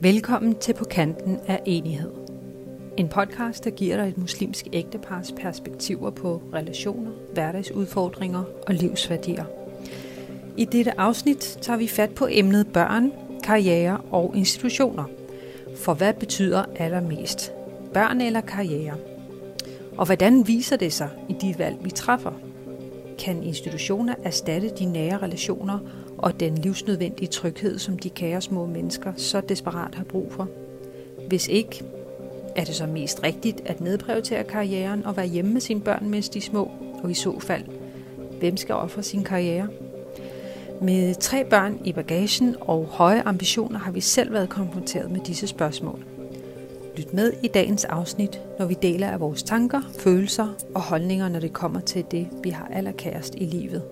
Velkommen til På Kanten af Enighed. En podcast, der giver dig et muslimsk ægtepars perspektiver på relationer, hverdagsudfordringer og livsværdier. I dette afsnit tager vi fat på emnet børn, karriere og institutioner. For hvad betyder allermest? Børn eller karriere? Og hvordan viser det sig i de valg, vi træffer? Kan institutioner erstatte de nære relationer og den livsnødvendige tryghed, som de kære små mennesker så desperat har brug for? Hvis ikke, er det så mest rigtigt at nedprioritere karrieren og være hjemme med sine børn, mens de er små? Og i så fald, hvem skal ofre sin karriere? Med 3 børn i bagagen og høje ambitioner har vi selv været konfronteret med disse spørgsmål. Lyt med i dagens afsnit, når vi deler af vores tanker, følelser og holdninger, når det kommer til det, vi har allerkærest i livet.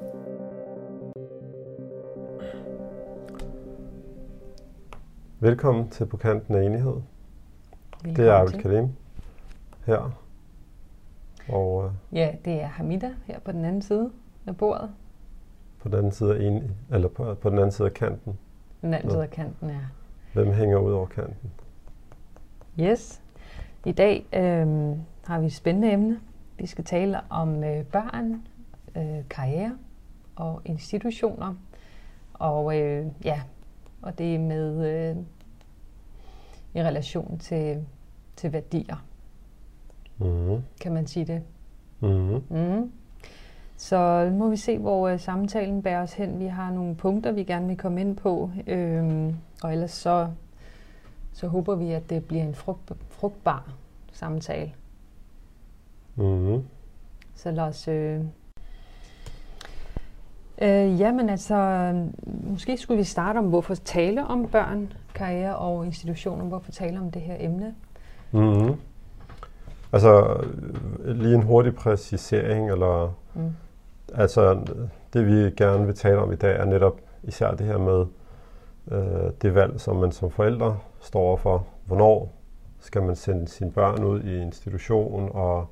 Velkommen til På Kanten af Enighed. Velkommen. Det er Abel Karim her. Og ja, det er Hamida her på den anden side af bordet. på den anden side af på den anden side af kanten. Den anden side af kanten, ja. Hvem hænger ud over kanten? Yes. I dag har vi et spændende emne. Vi skal tale om børn, karriere og institutioner. Og og det er med i relation til værdier. Mm-hmm. Kan man sige det? Mm-hmm. Mm. Så må vi se, hvor samtalen bærer os hen. Vi har nogle punkter, vi gerne vil komme ind på. Og ellers så håber vi, at det bliver en frugtbar samtale. Mm-hmm. Så lad os... jamen altså, måske skulle vi starte om, hvorfor tale om børn, karriere og institutioner. Hvorfor tale om det her emne? Mm-hmm. Altså, lige en hurtig præcisering, eller... Altså, det vi gerne vil tale om i dag, er netop især det her med det valg, som man som forældre står overfor. Hvornår skal man sende sine børn ud i institution, og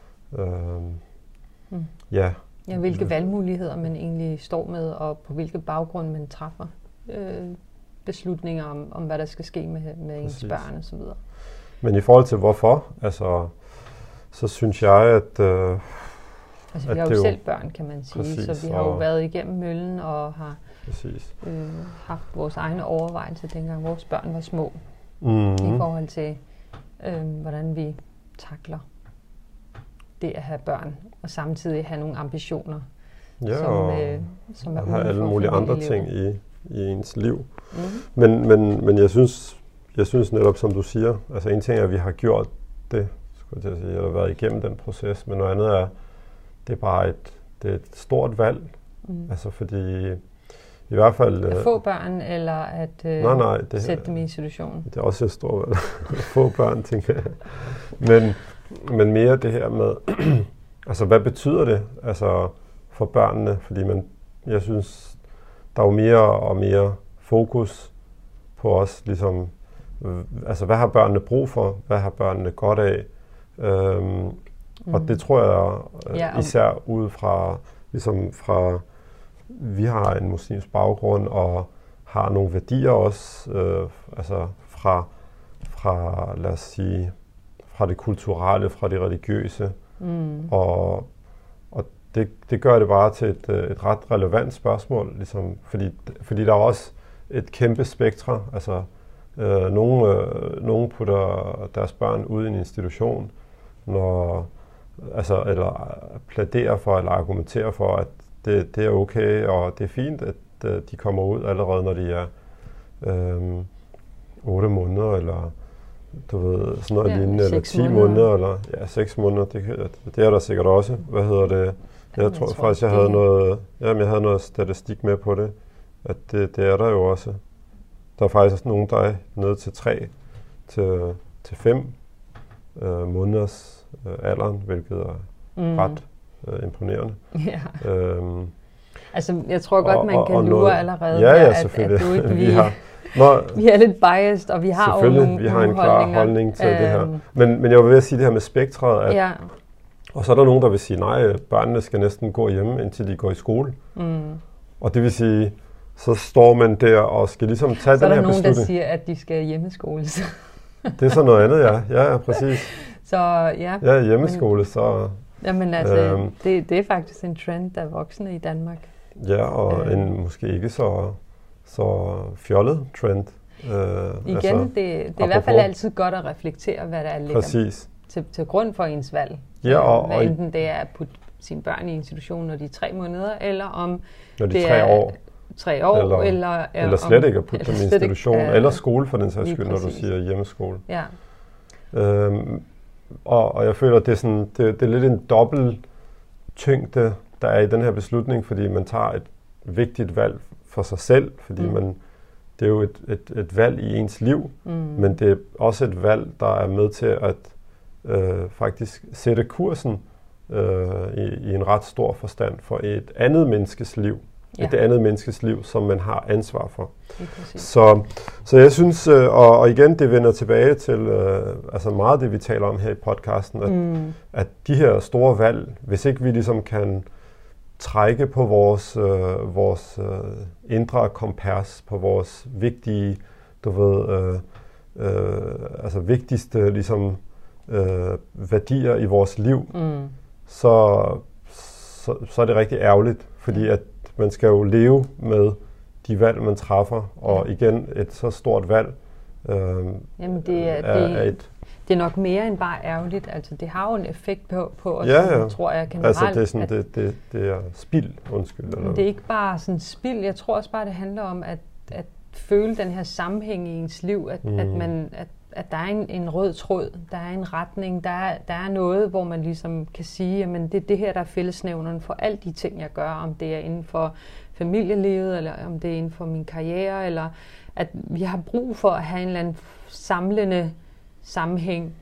Ja, hvilke valgmuligheder man egentlig står med, og på hvilke baggrund man træffer beslutninger om hvad der skal ske med ens børn og så videre. Men i forhold til hvorfor, altså, så synes jeg, at... Altså, vi har jo selv børn, kan man sige, præcis, så vi har jo været igennem møllen og har haft vores egne overvejelser, dengang vores børn var små, i forhold til, hvordan vi takler det at have børn, og samtidig have nogle ambitioner, som er have alle mulige andre ting i ens liv. Mm-hmm. Men jeg synes netop, som du siger, altså en ting er, at vi har gjort det, skulle jeg til at sige, eller været igennem den proces, men noget andet er, det er bare et stort valg, altså fordi i hvert fald... At få børn, eller at sætte dem i institution? Det er også et stort valg, at få børn, tænker jeg. Men mere det her med, altså hvad betyder det altså for børnene? Fordi jeg synes, der er jo mere og mere fokus på os, ligesom, altså hvad har børnene brug for? Hvad har børnene godt af? Og det tror jeg især ud fra, ligesom fra, vi har en muslimsk baggrund og har nogle værdier også, altså fra, lad os sige, fra det kulturelle, fra det religiøse. Og det gør det bare til et ret relevant spørgsmål, ligesom, fordi der er også et kæmpe spektre. Altså, nogen putter deres børn ud i en institution, eller pladerer for, eller argumenterer for, at det er okay, og det er fint, at de kommer ud allerede, når de er 8 måneder, eller du ved, sådan noget lignende, eller 10 måneder, eller 6 måneder, det er der sikkert også. Hvad hedder det? Jeg tror faktisk, jeg havde noget statistik med på det, at det er der jo også. Der er faktisk nogen, der er nede til 3 til 5 måneders alderen, hvilket er ret imponerende. Ja. Altså, jeg tror godt, man kan lure allerede ja, at du ikke vi er lidt biased, og vi har jo nogle vi har en klar holdning til det her. Men jeg vil sige det her med spektret, at, og så er der nogen, der vil sige, nej, børnene skal næsten gå hjemme, indtil de går i skole. Og det vil sige, så står man der og skal ligesom tage den her beslutning. Så er der nogen, der siger, at de skal hjemmeskoles. Det er så noget andet, ja. Ja, præcis. Så ja. Ja, hjemmeskole, så... Jamen altså, det er faktisk en trend, der er voksende i Danmark. Ja, og en måske ikke så fjollet trend. Igen, det er i hvert fald altid godt at reflektere, hvad der ligger til grund for ens valg. Ja, og enten det er at putte sine børn i institution, når de er 3 måneder, eller om når de er 3 år, eller slet ikke at putte dem i institution, eller skole for den sags skyld, når du siger hjemmeskole. Ja. Og jeg føler, at det er lidt en dobbelt tyngde, der er i den her beslutning, fordi man tager et vigtigt valg for sig selv, fordi det er jo et valg i ens liv, men det er også et valg, der er med til at faktisk sætte kursen i en ret stor forstand for et andet menneskes liv. Ja. Et andet menneskes liv, som man har ansvar for. Så jeg synes, og igen, det vender tilbage til altså meget af det, vi taler om her i podcasten, at de her store valg, hvis ikke vi ligesom kan trække på vores indre kompas, på vores vigtige, altså vigtigste ligesom, værdier i vores liv, så er det rigtig ærgerligt, fordi at man skal jo leve med de valg, man træffer, og igen, et så stort valg Jamen det er nok mere end bare ærgerligt. Altså, det har jo en effekt på os, tror jeg generelt. Altså, det er, sådan, det er spild, undskyld. Eller? Det er ikke bare sådan spild. Jeg tror også bare, det handler om at føle den her sammenhæng i ens liv, at der er en rød tråd, der er en retning, der er noget, hvor man ligesom kan sige, jamen det er det her, der er fællesnævneren for alle de ting, jeg gør, om det er inden for familielivet, eller om det er inden for min karriere, eller at vi har brug for at have en eller anden samlende sammenhæng.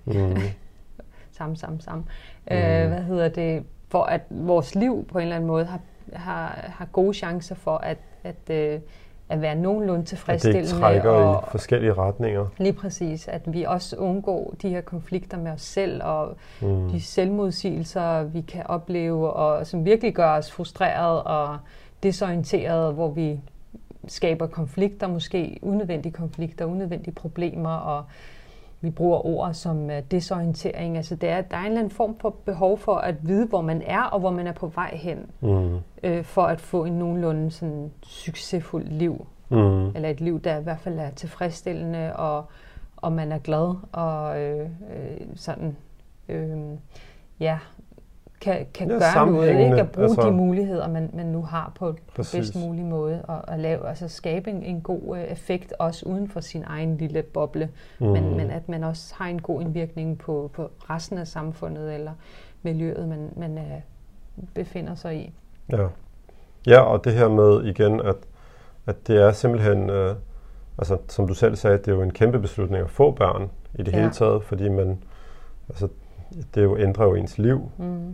For at vores liv på en eller anden måde har gode chancer for at være nogenlunde tilfredsstillende. At det trækker i forskellige retninger. Lige præcis. At vi også undgår de her konflikter med os selv, og de selvmodsigelser, vi kan opleve, og som virkelig gør os frustreret og desorienteret, hvor vi skaber konflikter, måske unødvendige konflikter, unødvendige problemer, og vi bruger ord som desorientering. Altså der er en eller anden form for behov for at vide, hvor man er, og hvor man er på vej hen, for at få en nogenlunde sådan succesfuld liv. Eller et liv, der i hvert fald er tilfredsstillende, og man er glad, og kan gøre noget, ikke? At bruge de muligheder, man nu har på bedst mulig måde, og at lave, altså skabe en god effekt, også uden for sin egen lille boble, men at man også har en god indvirkning på resten af samfundet, eller miljøet, man befinder sig i. Ja, og det her med igen, at det er simpelthen, altså som du selv sagde, det er jo en kæmpe beslutning at få børn i det hele taget, fordi man, altså det jo ændrer jo ens liv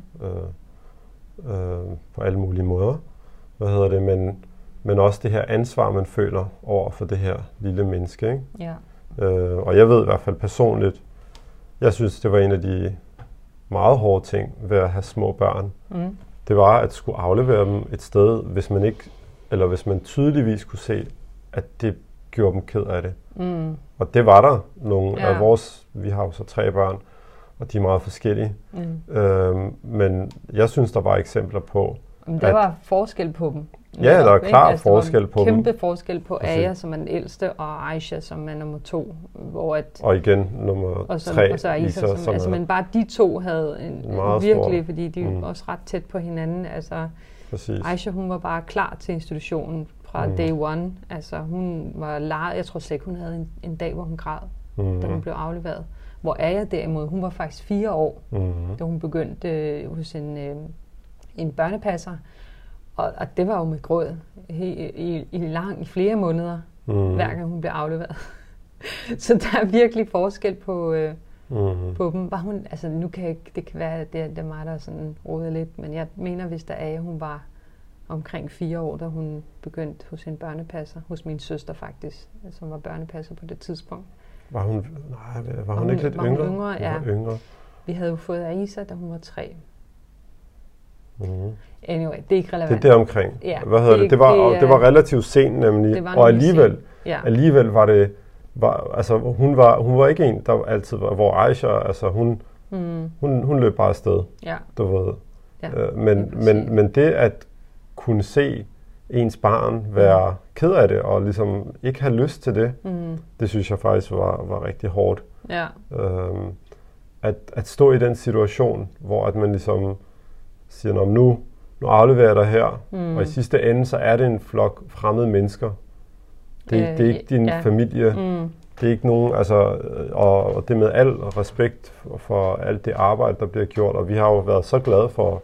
på alle mulige måder. Men også det her ansvar, man føler over for det her lille menneske. Ikke? Ja. Og jeg ved i hvert fald personligt, jeg synes, det var en af de meget hårde ting ved at have små børn. Det var at skulle aflevere dem et sted, hvis man tydeligvis kunne se, at det gjorde dem ked af det. Og det var der nogle af vores, vi har jo så 3 børn, og de er meget forskellige. Men jeg synes, der var eksempler på... Men der var forskel på dem. Ja, der er klart forskel på dem. Kæmpe forskel på Aya, som er den ældste, og Aisha, som er nummer 2. Og igen nummer 3. Og så Aisha, som men bare de 2 havde en virkelig, fordi de er også ret tæt på hinanden. Altså, Aisha, hun var bare klar til institutionen fra day one. Altså, hun var lejet. Jeg tror slet ikke, hun havde en dag, hvor hun græd, da hun blev afleveret. Hvor Aya derimod, hun var faktisk 4 år, da hun begyndte hos en børnepasser. Og det var jo med gråd i flere måneder, hver gang hun blev afleveret. Så der er virkelig forskel på dem. Var hun, altså nu kan det kan være, det er mig, der sådan roder lidt, men jeg mener, hvis der er, hun var omkring 4 år, da hun begyndte hos en børnepasser, hos min søster faktisk, som var børnepasser på det tidspunkt. Var hun ikke lidt yngre? Yngre, ja. Yngre. Vi havde jo fået Aisha, da hun var 3. Anyway, det er ikke relevant. Det er omkring. Ja, Hvad hedder det? Det var relativt sent nemlig, og alligevel var det, altså hun var ikke en, der altid var, hvor Aisha, altså hun løb bare afsted, du ved. Ja, men det at kunne se ens barn være ked af det, og ligesom ikke have lyst til det, det synes jeg faktisk var rigtig hårdt. Ja. At stå i den situation, hvor at man ligesom siger, nu afleverer jeg dig her, og i sidste ende, så er det en flok fremmede mennesker. Det er ikke din familie. Det er ikke nogen, altså, og det med al respekt for alt det arbejde, der bliver gjort, og vi har jo været så glade for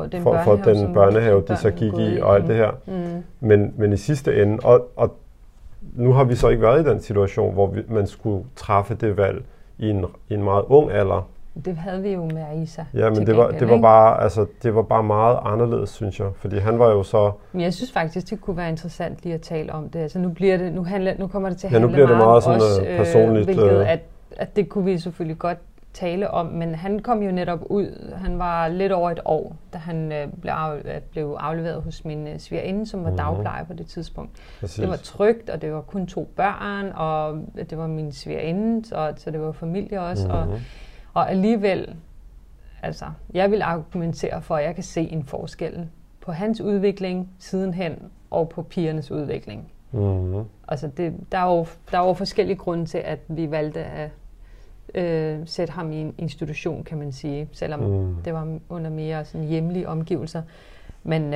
den børnehave, de så gik i, og alt det her. Men i sidste ende, og nu har vi så ikke været i den situation, hvor man skulle træffe det valg i en meget ung alder. Det havde vi jo med Aisha. Ja, men det var bare meget anderledes, synes jeg, fordi han var jo så. Men jeg synes faktisk, det kunne være interessant lige at tale om det. Altså nu kommer det til at handle meget om os, personligt, hvilket at det kunne vi selvfølgelig godt tale om, men han kom jo netop ud. Han var lidt over et år, da han blev afleveret hos min svigerinde, som var dagplejer på det tidspunkt. Præcis. Det var trygt, og det var kun 2 børn, og det var min svigerinde, så det var familie også. Og alligevel, altså, jeg vil argumentere for, at jeg kan se en forskel på hans udvikling sidenhen og på pigernes udvikling. Altså, der er jo forskellige grunde til, at vi valgte at sætte ham i en institution, kan man sige, selvom det var under mere sådan hjemlige omgivelser. Men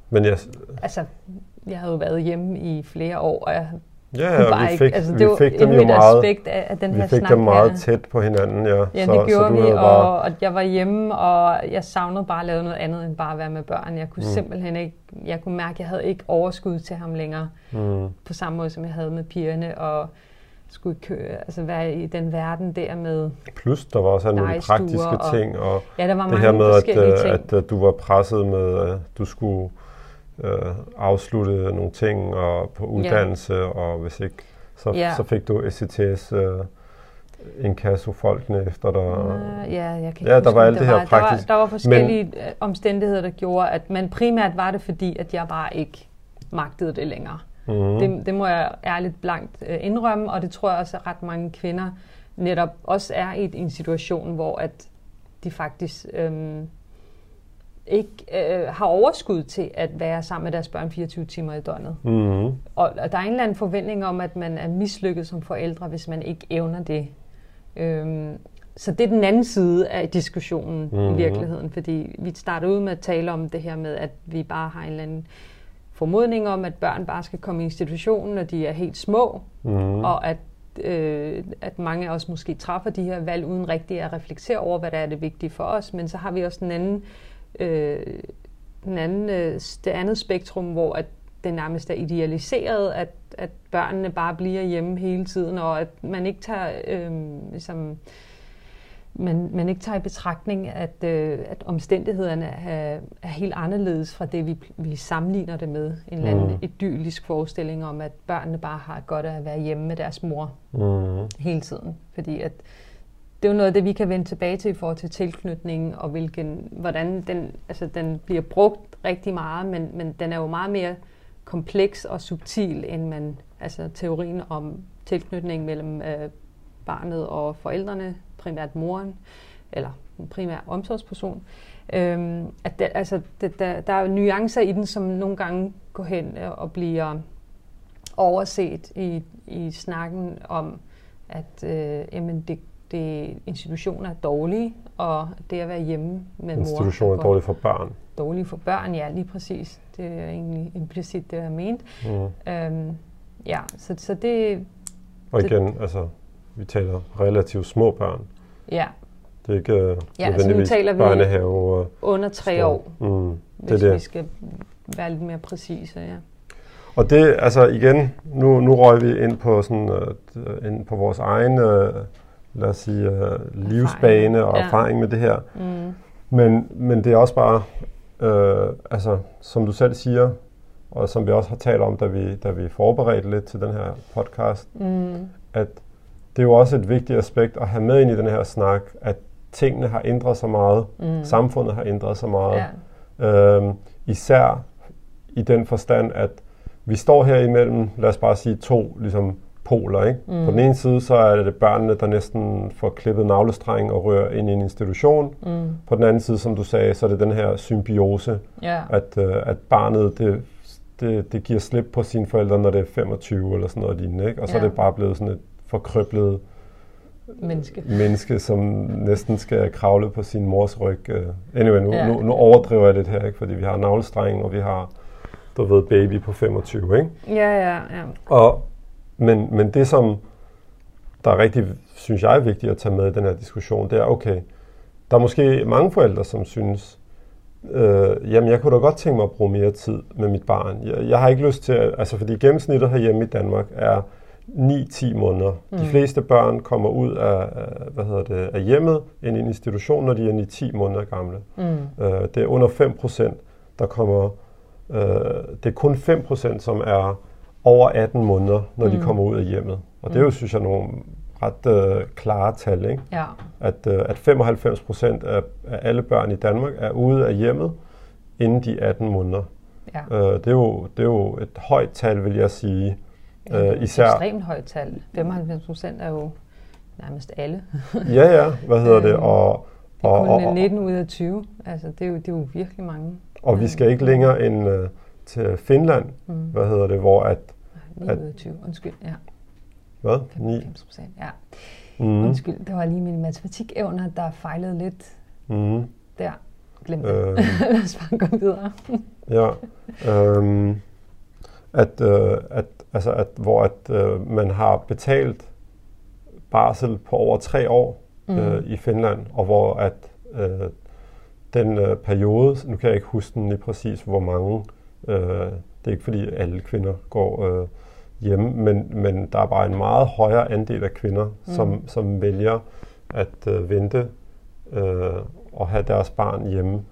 altså, jeg havde jo været hjemme i flere år, og vi fik dem jo meget, vi fik dem meget tæt på hinanden, ja. Ja, det gjorde vi, og jeg var hjemme, og jeg savnede bare at lave noget andet, end bare at være med børn. Jeg kunne simpelthen ikke, jeg kunne mærke, at jeg havde ikke overskud til ham længere, på samme måde, som jeg havde med pigerne, og skulle være i den verden der med. Plus, der var også alle mulige praktiske ting, og der var det her med, at du var presset med, at du skulle afslutte nogle ting og på uddannelse, og hvis ikke, så fik du SCTS inkassofolkene efter dig. Jeg kan der var alt det her praktisk. Der var forskellige omstændigheder, der gjorde, men primært var det fordi, at jeg bare ikke magtede det længere. Det må jeg ærligt blankt indrømme, og det tror jeg også, at ret mange kvinder netop også er i en situation, hvor at de faktisk ikke har overskud til at være sammen med deres børn 24 timer i døgnet. Og der er en eller anden forventning om, at man er mislykket som forældre, hvis man ikke evner det. Så det er den anden side af diskussionen i virkeligheden, fordi vi startede ud med at tale om det her med, at vi bare har en eller anden formodning om, at børn bare skal komme i institutionen, når de er helt små, og at mange af os måske træffer de her valg uden rigtig at reflektere over, hvad der er det vigtige for os. Men så har vi også det andet spektrum, hvor at det nærmest er idealiseret, at børnene bare bliver hjemme hele tiden, og at man ikke tager man ikke tager i betragtning, at omstændighederne er helt anderledes fra det, vi sammenligner det med. En eller anden idyllisk forestilling om, at børnene bare har godt at være hjemme med deres mor hele tiden. Fordi at det er jo noget af det, vi kan vende tilbage til i forhold til tilknytningen, og hvordan den bliver brugt rigtig meget, men den er jo meget mere kompleks og subtil, end teorien om tilknytning mellem barnet og forældrene, primært moren, eller en primær omsorgsperson. Der er jo nuancer i den, som nogle gange går hen og bliver overset i snakken om, at institutioner er dårlige, og det at være hjemme med mor. Institutioner er dårlige for børn. Dårlige for børn, ja, lige præcis. Det er egentlig implicit, det jeg mente. Så det. Og igen, vi taler relativt små børn. Ja. Det er ikke nødvendigvis børnehave. Under 3 år, hvis vi skal være lidt mere præcise, ja. Og det, igen, nu røg vi ind på ind på vores egen, lad os sige, livsbane og erfaring med det her. Men det er også bare, som du selv siger, og som vi også har talt om, da vi forberedte lidt til den her podcast, at det er jo også et vigtigt aspekt at have med ind i den her snak, at tingene har ændret sig meget, samfundet har ændret sig meget, Især i den forstand, at vi står her imellem, lad os bare sige, to ligesom poler, ikke? På den ene side, så er det børnene, der næsten får klippet navlestreng og rører ind i en institution. På den anden side, som du sagde, så er det den her symbiose, at barnet, det giver slip på sine forældre, når det er 25 eller sådan noget lignende, ikke? Og så er det bare blevet sådan et forkrøblet menneske, som næsten skal kravle på sin mors ryg. Anyway, nu overdriver jeg lidt her, ikke? Fordi vi har navlestreng, og vi har, du ved, baby på 25, ikke? Ja. Men det, som der er rigtig, synes jeg, er vigtigt at tage med i den her diskussion, det er, okay, der er måske mange forældre, som synes, jamen jeg kunne da godt tænke mig at bruge mere tid med mit barn. Jeg har ikke lyst til, altså fordi gennemsnittet herhjemme i Danmark er 9-10 måneder. De fleste børn kommer ud af hjemmet ind i en institution, når de er 9-10 måneder gamle. Det er under 5%, der kommer, det er kun 5%, som er over 18 måneder, når de kommer ud af hjemmet. Og det er jo, synes jeg, nogle ret klare tal, ikke? Ja. At 95% af alle børn i Danmark er ude af hjemmet inden de 18 måneder. Ja. Det er jo et højt tal, vil jeg sige. Et ekstremt højt tal. 95% er jo nærmest alle. Ja, hvad hedder det? Og det er kun 19 ud af 20. Altså, det er jo virkelig mange. Og vi skal ikke længere end til Finland, hvad hedder det, hvor at 9 ud af 20, undskyld, ja. Hvad? 95%, ja. Undskyld, det var lige mine matematikevner, der fejlede lidt der. Glem det. Lad os bare gå videre. Ja. Hvor man har betalt barsel på over 3 år i Finland, og hvor at den periode, nu kan jeg ikke huske den lige præcis, hvor mange, det er ikke fordi alle kvinder går hjemme, men der er bare en meget højere andel af kvinder, som vælger at vente og have deres barn hjemme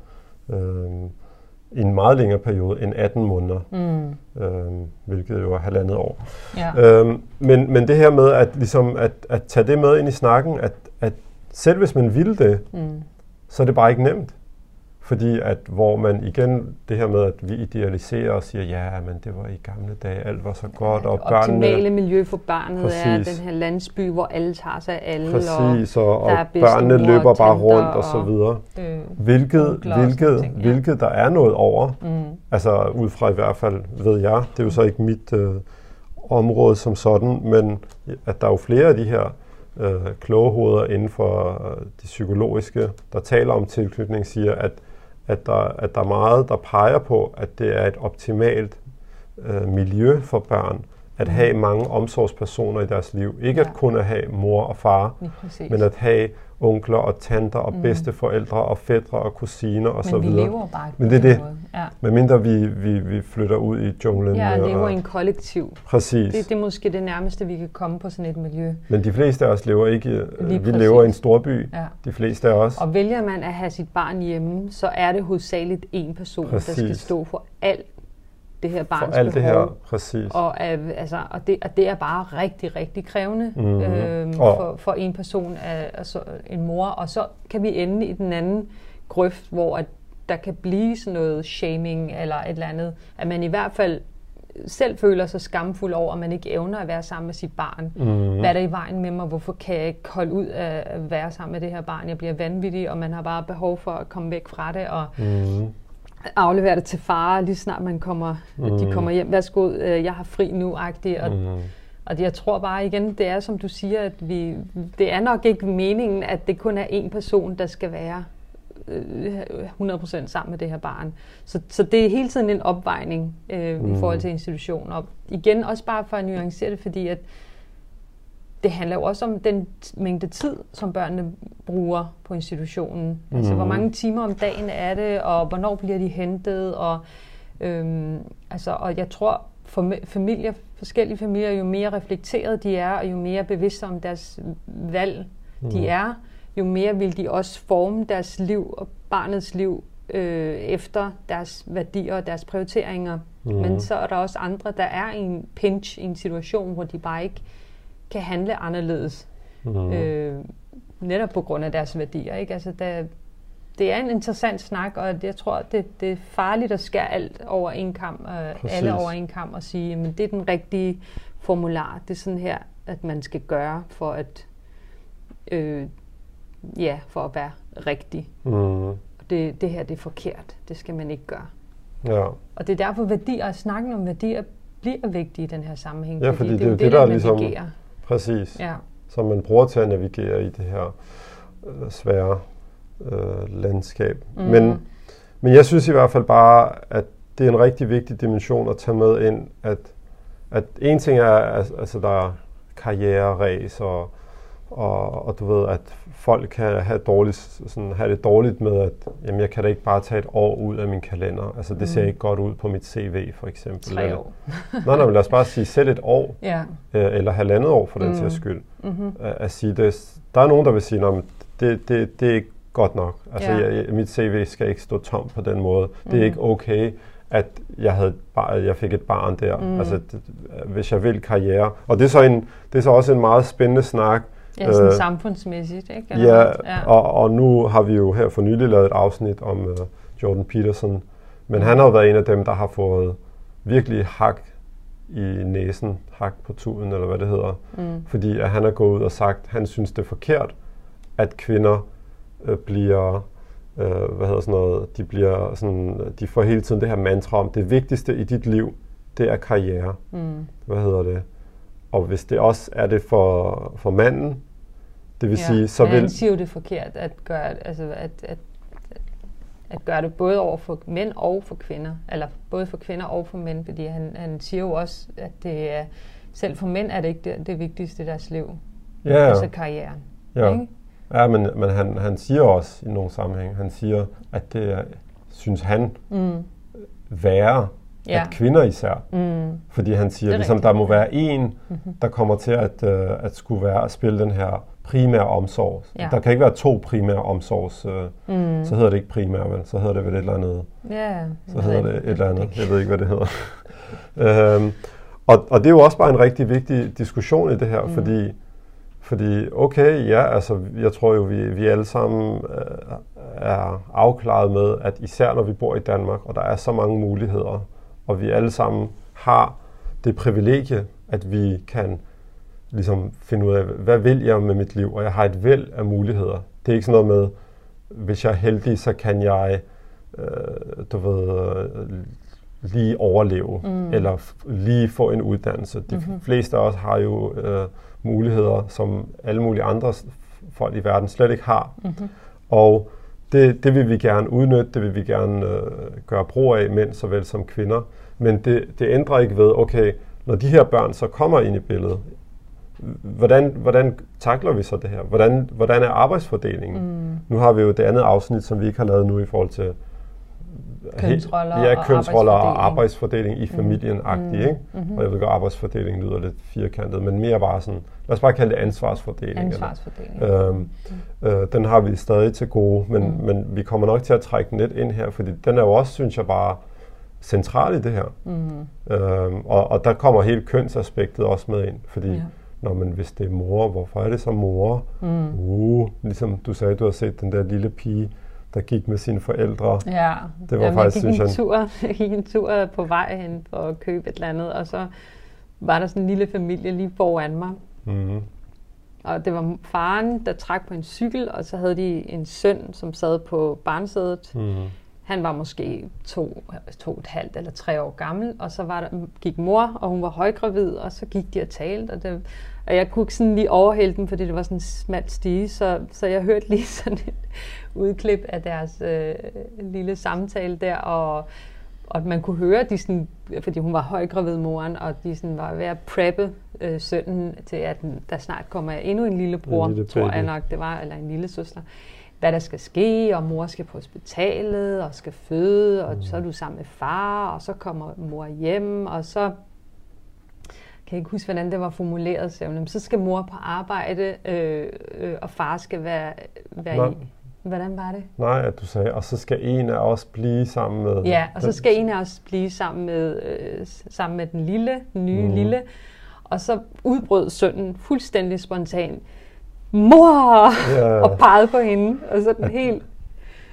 i en meget længere periode end 18 måneder, hvilket jo er 1,5 år. Ja. Men det her med at tage det med ind i snakken, at selv hvis man ville det, så er det bare ikke nemt. Fordi at hvor man igen, det her med, at vi idealiserer og siger, ja, men det var i gamle dage, alt var så godt, og børnene... Det optimale miljø for barnet er den her landsby, hvor alle tager sig af alle, præcis, og børnene løber bare rundt og så videre. Hvilket der er noget over. Altså ud fra i hvert fald, ved jeg, det er jo så ikke mit område som sådan, men at der er jo flere af de her kloge hoveder inden for det psykologiske, der taler om tilknytning, siger, at der er meget, der peger på, at det er et optimalt miljø for børn, at have mange omsorgspersoner i deres liv. Ikke at kun at have mor og far, men at have onkler og tanter og bedsteforældre og fætre og kusiner og så videre. Men vi lever bare men det er det. Ja. Medmindre vi flytter ud i junglen. Ja, lever i en kollektiv. Præcis. Det er måske det nærmeste, vi kan komme på sådan et miljø. Men de fleste af os lever ikke. Vi lever i en storby. Ja. De fleste af os. Og vælger man at have sit barn hjemme, så er det hovedsageligt en person, der skal stå for alt det her barns behov. Det her, præcis. Og det er bare rigtig, rigtig krævende for en person, altså en mor. Og så kan vi ende i den anden grøft, hvor der kan blive sådan noget shaming eller et eller andet. At man i hvert fald selv føler sig skamfuld over, at man ikke evner at være sammen med sit barn. Hvad er der i vejen med mig? Hvorfor kan jeg ikke holde ud at være sammen med det her barn? Jeg bliver vanvittig, og man har bare behov for at komme væk fra det. Og aflevere det til far, lige snart de kommer hjem. Værsgo, jeg har fri nu-agtigt. Og jeg tror bare igen, det er som du siger, at det er nok ikke meningen, at det kun er en person, der skal være 100% sammen med det her barn. Så det er hele tiden en opvejning i forhold til institutionen. Og igen, også bare for at nuancere det, fordi at det handler jo også om den mængde tid, som børnene bruger på institutionen. Altså, hvor mange timer om dagen er det, og hvornår bliver de hentet, og jeg tror, forskellige familier, jo mere reflekteret de er, og jo mere bevidste om deres valg de er, jo mere vil de også forme deres liv og barnets liv efter deres værdier og deres prioriteringer. Men så er der også andre, der er i en pinch, i en situation, hvor de bare ikke kan handle anderledes. Netop på grund af deres værdier. Ikke? Altså, det er en interessant snak, og jeg tror, det er farligt at skære alt over en kam, alle over en kam og sige, men det er den rigtige formular. Det er sådan her, at man skal gøre for at for at være rigtig. Det her, det er forkert. Det skal man ikke gøre. Ja. Og det er derfor værdier, snakken om værdier bliver vigtige i den her sammenhæng. Ja, fordi det er jo det, der ligesom, præcis, ja. som man bruger til at navigere i det her svære landskab. Men jeg synes i hvert fald bare, at det er en rigtig vigtig dimension at tage med ind, at en ting er, altså der er karriereræs, og du ved, at folk kan have det dårligt med, at jamen, jeg kan da ikke bare tage et år ud af min kalender. Altså det ser ikke godt ud på mit CV, for eksempel. 3 år. Nej, lad os bare sige selv et år, eller 1,5 år for den sags skyld. At sige det. Der er nogen, der vil sige, at det er ikke godt nok. Altså mit CV skal ikke stå tom på den måde. Det er ikke okay, at jeg fik et barn der. Altså hvis jeg vil karriere. Og det er så også en meget spændende snak. Ja, sådan samfundsmæssigt, ikke? Ja, og nu har vi jo her for nylig lavet et afsnit om Jordan Peterson. Men han har jo været en af dem, der har fået virkelig hak i næsen, hak på tuden, eller hvad det hedder. Fordi at han er gået ud og sagt, at han synes, det er forkert, at kvinder bliver... de får hele tiden det her mantra om, det vigtigste i dit liv, det er karriere. Og hvis det også er det for manden, det vil sige, så vil... Han siger jo det forkert, at gøre det både over for mænd og for kvinder, eller både for kvinder og for mænd, fordi han siger jo også, at det er, selv for mænd er det ikke det vigtigste i deres liv, altså karrieren. Ja. Ikke? Ja, men han siger også i nogle sammenhæng, han siger, at det er, synes han, værre, at kvinder især. Fordi han siger, ligesom der må være en, der kommer til at skulle være at spille den her primære omsorg. Ja. Der kan ikke være 2 primære omsorgs... Så hedder det ikke primære, vel? Så hedder det vel et eller andet... Ja. Så hedder det et eller andet. Jeg ved ikke, hvad det hedder. Og det er jo også bare en rigtig vigtig diskussion i det her, fordi okay, ja, altså jeg tror jo, vi alle sammen er afklaret med, at især når vi bor i Danmark, og der er så mange muligheder, og vi alle sammen har det privilegie, at vi kan ligesom finde ud af, hvad vil jeg med mit liv, og jeg har et væld af muligheder. Det er ikke sådan noget med, hvis jeg er heldig, så kan jeg, lige overleve, eller lige få en uddannelse. De fleste af os har jo muligheder, som alle mulige andre folk i verden slet ikke har. Og det vil vi gerne udnytte, det vil vi gerne gøre brug af, mænd såvel som kvinder. Men det ændrer ikke ved, okay, når de her børn så kommer ind i billedet, hvordan takler vi så det her? Hvordan er arbejdsfordelingen? Nu har vi jo det andet afsnit, som vi ikke har lavet nu i forhold til kønsroller og arbejdsfordeling i familien-agtigt, ikke? Og jeg ved godt, arbejdsfordeling lyder lidt firkantet, men mere bare sådan, lad os bare kalde det ansvarsfordeling. Den har vi stadig til gode, men vi kommer nok til at trække den lidt ind her, fordi den er jo også, synes jeg, bare central i det her. Og der kommer hele kønsaspektet også med ind, fordi men hvis det er mor, hvorfor er det så mor? Ligesom du sagde, du har set den der lille pige, der gik med sine forældre. Ja, det var faktisk, jeg gik en tur på vej hen for at købe et eller andet, og så var der sådan en lille familie lige foran mig. Og det var faren, der trak på en cykel, og så havde de en søn, som sad på barnsædet. Han var måske 2,5 eller 3 år gammel, og så gik mor, og hun var højgravid, og så gik de og talte, og jeg kunne ikke sådan lige overhælde dem, fordi det var sådan en smal stige, så jeg hørte lige sådan et udklip af deres lille samtale der, og man kunne høre, de sådan, fordi hun var højgravid moren, og de sådan var ved at preppe sønnen til, at der snart kommer endnu en lillebror, tror jeg nok det var, eller en lille søster. Hvad der skal ske, og mor skal på hospitalet, og skal føde, og så er du sammen med far, og så kommer mor hjem, og så kan jeg ikke huske, hvordan det var formuleret, så skal mor på arbejde, og far skal være i... Hvordan var det? Nej, at du sagde, og så skal en af os blive sammen med... Ja, og så skal en af os blive sammen med den nye lille, og så udbrød sønnen fuldstændig spontant, mor! Og pegede på hende, og så den helt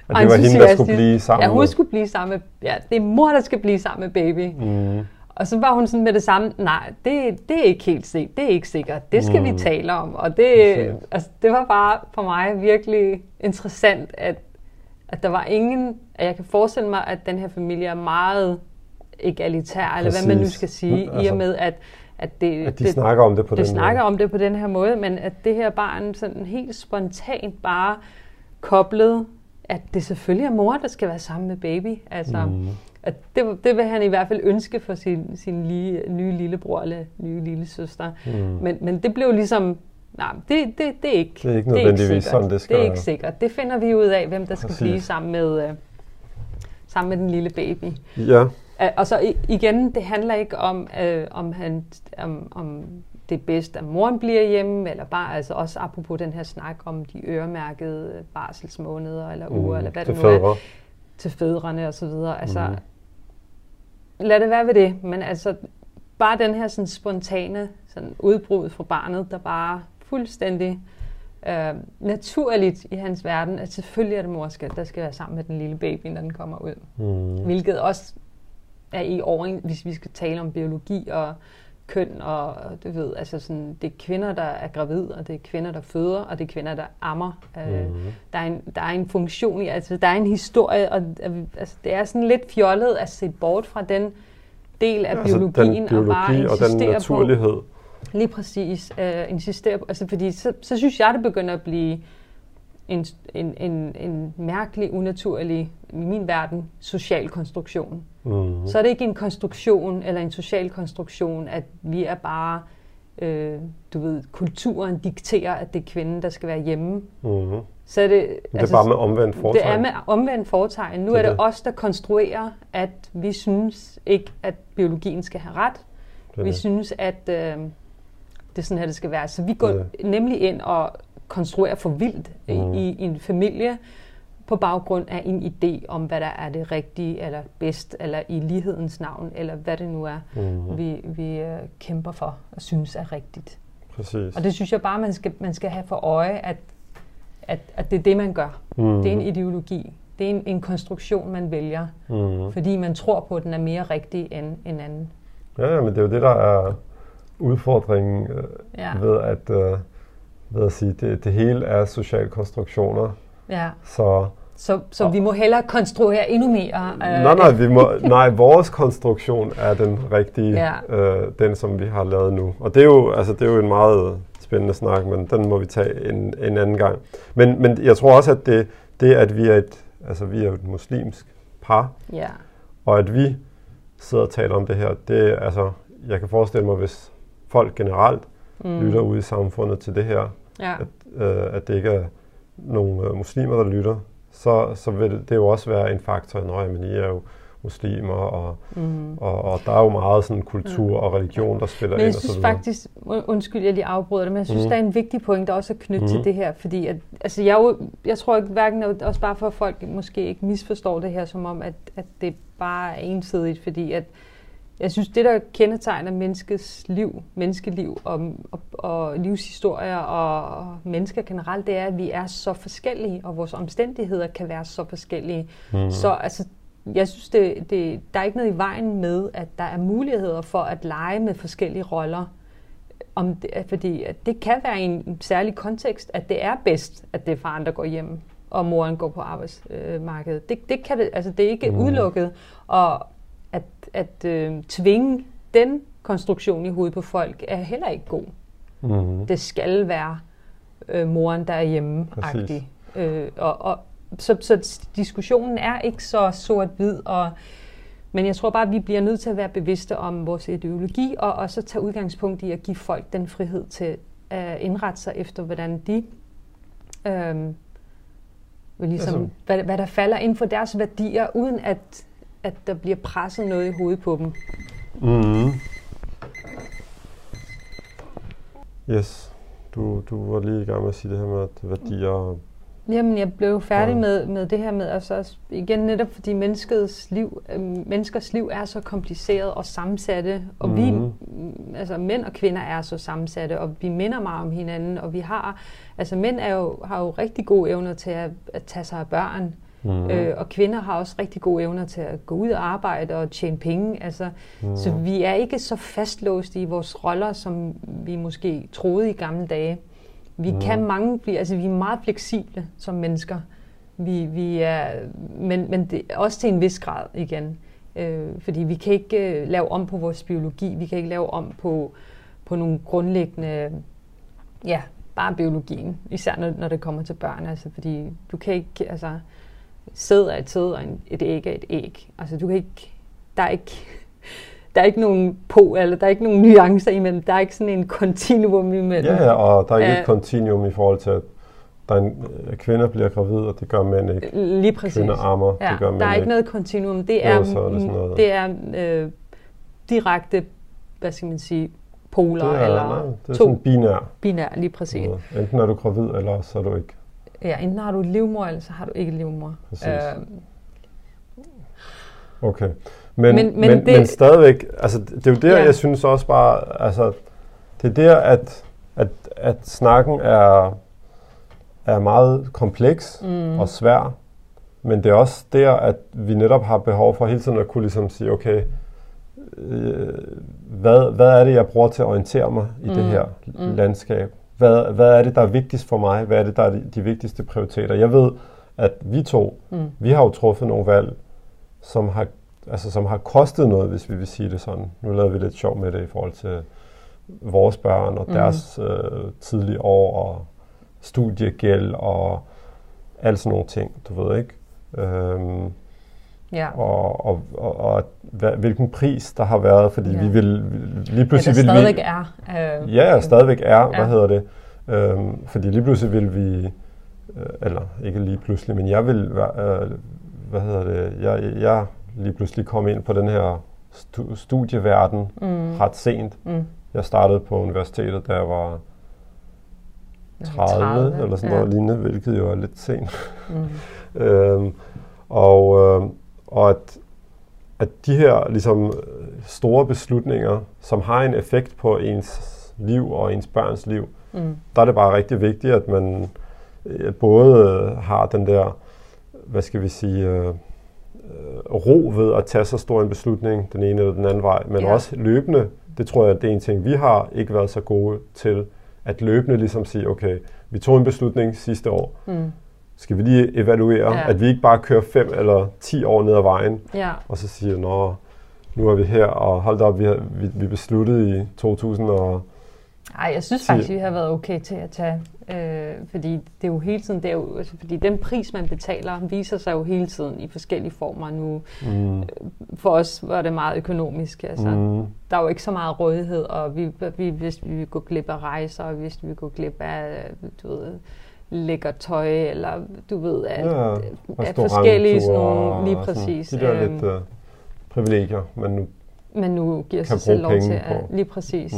Og det var hende, der skulle blive sammen med. Ja, hun skulle blive sammen med. Ja, det er mor, der skal blive sammen med baby. Og så var hun sådan med det samme, nej, det er ikke helt sikkert, det er ikke sikkert, det skal vi tale om. Og det var bare for mig virkelig interessant, at der var ingen, at jeg kan forestille mig, at den her familie er meget egalitær, eller hvad man nu skal sige, i og med, at de snakker om det på den måde. snakker om det på den her måde, men at det her barn sådan helt spontant bare koblet, at det selvfølgelig er mor, der skal være sammen med baby. Altså, at det vil han i hvert fald ønske for sin nye lillebror eller nye lillesøster. Men det blev ligesom, nej, det er ikke. Det er ikke nødvendigvis sådan, det skal være. Det er ikke sikkert. Det finder vi ud af, hvem der skal blive sammen med den lille baby. Ja. Og så igen, det handler ikke om, om det er bedst, at moren bliver hjemme, eller bare, altså også apropos den her snak om de øremærkede barselsmåneder, eller uger, eller hvad det nu er, til fædrene og så videre. Altså, lad det være ved det, men altså, bare den her sådan spontane sådan udbrud fra barnet, der bare fuldstændig naturligt i hans verden, at selvfølgelig er det mor, der skal være sammen med den lille baby, når den kommer ud. Hvilket også er i overens, hvis vi skal tale om biologi og køn, og du ved, altså sådan, det er kvinder, der er gravide, og det er kvinder, der føder, og det er kvinder, der ammer. Der er en funktion i, altså der er en historie, og altså, det er sådan lidt fjollet at se bort fra den del af biologien, den biologi og bare og den naturlighed. På, lige præcis, insistere på, altså fordi så synes jeg, det begynder at blive en mærkelig, unaturlig, i min verden, social konstruktion. Så er det ikke en konstruktion eller en social konstruktion, at vi er bare, du ved, kulturen dikterer, at det er kvinden, der skal være hjemme. Så er det er bare med omvendt fortegn. Det er med omvendt fortegn. Nu er det os, der konstruerer, at vi synes ikke, at biologien skal have ret. Vi synes, at det er sådan her, det skal være. Så vi går nemlig ind og konstruerer for vildt i en familie, på baggrund af en idé om, hvad der er det rigtige, eller bedst, eller i lighedens navn, eller hvad det nu er, vi kæmper for og synes er rigtigt. Præcis. Og det synes jeg bare, man skal have for øje, at det er det, man gør. Det er en ideologi. Det er en konstruktion, man vælger, fordi man tror på, at den er mere rigtig end en anden. Ja, men det er jo det, der er udfordringen ved at sige, det hele er sociale konstruktioner. Ja. Så vi må hellere konstruere endnu mere. Nej, vores konstruktion er den rigtige, den som vi har lavet nu. Og det er jo en meget spændende snak, men den må vi tage en anden gang. Men jeg tror også, at det at vi er et muslimsk par, og at vi sidder og taler om det her, jeg kan forestille mig, hvis folk generelt lytter ude i samfundet til det her, at det ikke er nogle muslimer, der lytter, så vil det jo også være en faktor, men I er jo muslimer, og der er jo meget sådan kultur og religion, der spiller ind. Men jeg synes faktisk, undskyld, jeg lige afbryder det, men jeg synes, der er en vigtig point, der også er knyttet til det her, fordi at, altså jeg tror ikke, hverken, også bare for at folk måske ikke misforstår det her, som om, at det bare er ensidigt, fordi at jeg synes, det der kendetegner menneskeliv og livshistorier og mennesker generelt, det er, at vi er så forskellige, og vores omstændigheder kan være så forskellige. Så altså, jeg synes, der er ikke noget i vejen med, at der er muligheder for at lege med forskellige roller. Fordi at det kan være i en særlig kontekst, at det er bedst, at det er faren, der går hjem, og moren går på arbejdsmarkedet. Det er ikke udelukket, og at tvinge den konstruktion i hovedet på folk er heller ikke god. Det skal være moren, der er hjemme-agtig. Så diskussionen er ikke så sort-hvid, men jeg tror bare, at vi bliver nødt til at være bevidste om vores ideologi, og så tage udgangspunkt i at give folk den frihed til at indrette sig efter, hvordan de hvad der falder inden for deres værdier, uden at der bliver presset noget i hovedet på dem. Yes. Du var lige i gang med at sige det her med værdier. Jamen, jeg blev færdig med det her med, altså igen netop fordi menneskers liv er så kompliceret og sammensatte, og vi, altså mænd og kvinder er så sammensatte, og vi minder meget om hinanden, og vi har, altså mænd har jo rigtig gode evner til at tage sig af børn, Og kvinder har også rigtig gode evner til at gå ud og arbejde og tjene penge. Altså, så vi er ikke så fastlåste i vores roller, som vi måske troede i gamle dage. Vi kan vi er meget fleksible som mennesker. Vi er, men det er også til en vis grad igen. Fordi vi kan ikke lave om på vores biologi. Vi kan ikke lave om på nogle grundlæggende, bare biologien. Især når det kommer til børn. Altså, fordi du kan ikke, sæd er et sæd, og et æg er et æg. Altså, du kan ikke, der er ikke nogen eller der er ikke nogen nuancer imellem. Der er ikke sådan en kontinuum imellem. Ja, og der er ikke et kontinuum i forhold til, at kvinder bliver gravid, og det gør mænd ikke. Lige præcis. Kvinder ammer, det gør mænd ikke. Der er ikke noget kontinuum. Det er direkte, hvad skal man sige, poler. Det er sådan binær. Binær, lige præcis. Ja. Enten er du gravid, eller så er du ikke. Ja, enten har du livmor, eller så har du ikke livmor. Præcis. Okay. Men stadigvæk, altså det er jo der, jeg synes også bare, altså det er der, at snakken er meget kompleks og svær, men det er også der, at vi netop har behov for hele tiden at kunne ligesom sige, okay, hvad er det, jeg bruger til at orientere mig i det her landskab? Hvad er det, der er vigtigst for mig? Hvad er det, der er de vigtigste prioriteter? Jeg ved, at vi to, vi har jo truffet nogle valg, som har kostet noget, hvis vi vil sige det sådan. Nu lavede vi lidt sjov med det i forhold til vores børn og deres tidlige år og studiegæld og alle sådan nogle ting, du ved ikke. Og hvilken pris der har været, fordi vi vil lige pludselig stadigvæk stadigvæk er. Hvad hedder det? Fordi lige pludselig vil vi, eller ikke lige pludselig, men jeg vil, jeg lige pludselig kom ind på den her studieverden ret sent. Jeg startede på universitetet, da jeg var 30 eller sådan noget lignende, hvilket jo er lidt sent. Og at de her ligesom store beslutninger, som har en effekt på ens liv og ens børns liv, der er det bare rigtig vigtigt, at man både har den der, hvad skal vi sige, ro ved at tage så stor en beslutning, den ene eller den anden vej, men også løbende, det tror jeg, det er en ting, vi har ikke været så gode til, at løbende ligesom sige, okay, vi tog en beslutning sidste år, skal vi lige evaluere, at vi ikke bare kører 5 eller 10 år ned ad vejen, og så siger, nu er vi her, og hold da op, vi besluttede i 2000 og... Ej, jeg synes faktisk, vi har været okay til at tage, fordi det er jo hele tiden, fordi den pris, man betaler, viser sig jo hele tiden i forskellige former nu. For os var det meget økonomisk, altså. Der er jo ikke så meget rådighed, og vi vidste, vi ville gå glip af rejser, og vi vidste, vi ville gå glip af, du ved, lækker tøj, eller du ved, af forskellige sådan nogle, lige præcis. De der lidt privilegier, men nu giver sig selv lov til at lige præcis.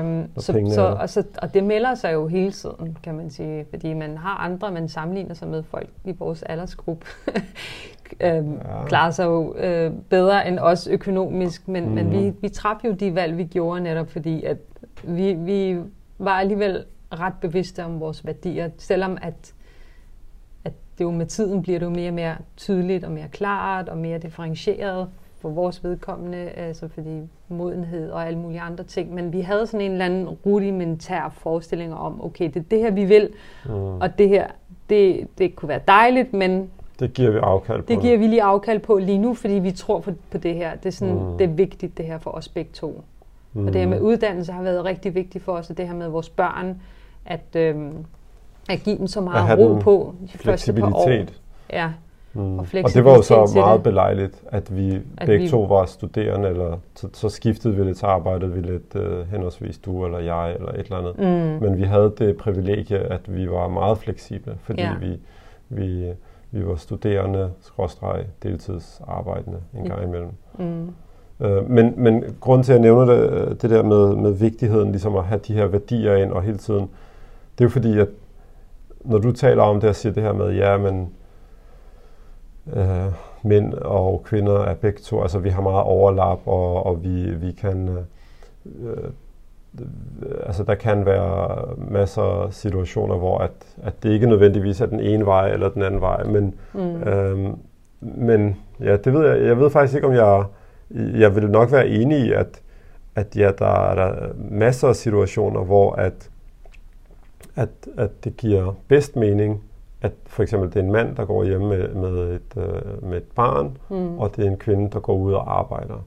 Og det melder sig jo hele tiden, kan man sige, fordi man har andre, man sammenligner sig med folk i vores aldersgruppe, klarer sig jo bedre end os økonomisk, men vi traf jo de valg, vi gjorde netop, fordi at vi var alligevel ret bevidste om vores værdier, selvom at det jo med tiden bliver det jo mere og mere tydeligt og mere klart og mere differentieret for vores vedkommende, altså fordi modenhed og alle mulige andre ting, men vi havde sådan en eller anden rudimentær forestilling om, okay, det er det her, vi vil, og det her, det kunne være dejligt, men det giver vi afkald på. Det giver vi lige afkald på lige nu, fordi vi tror på det her. Det er sådan, det er vigtigt, det her for os begge to. Og det her med uddannelse har været rigtig vigtigt for os, og det her med vores børn, at give dem så meget ro på de første par år. Ja. Og det var jo så meget belejligt, at vi begge to var studerende, eller så skiftede vi lidt til arbejdet, vi lidt henholdsvis du eller jeg, eller et eller andet. Men vi havde det privilegie, at vi var meget fleksible, fordi vi var studerende, deltidsarbejdende en gang imellem. Men grunden til, at jeg nævner det der med vigtigheden, ligesom at have de her værdier ind og hele tiden, det er jo fordi, at når du taler om det og siger det her med, mænd og kvinder er begge to, altså vi har meget overlap, og vi kan altså der kan være masser af situationer, hvor at det ikke nødvendigvis er den ene vej eller den anden vej, men ja, det ved jeg. Jeg ved faktisk ikke, om jeg vil nok være enig i, at ja, der er masser af situationer, hvor at det giver bedst mening, at for eksempel det er en mand, der går hjemme med et barn, og det er en kvinde, der går ud og arbejder.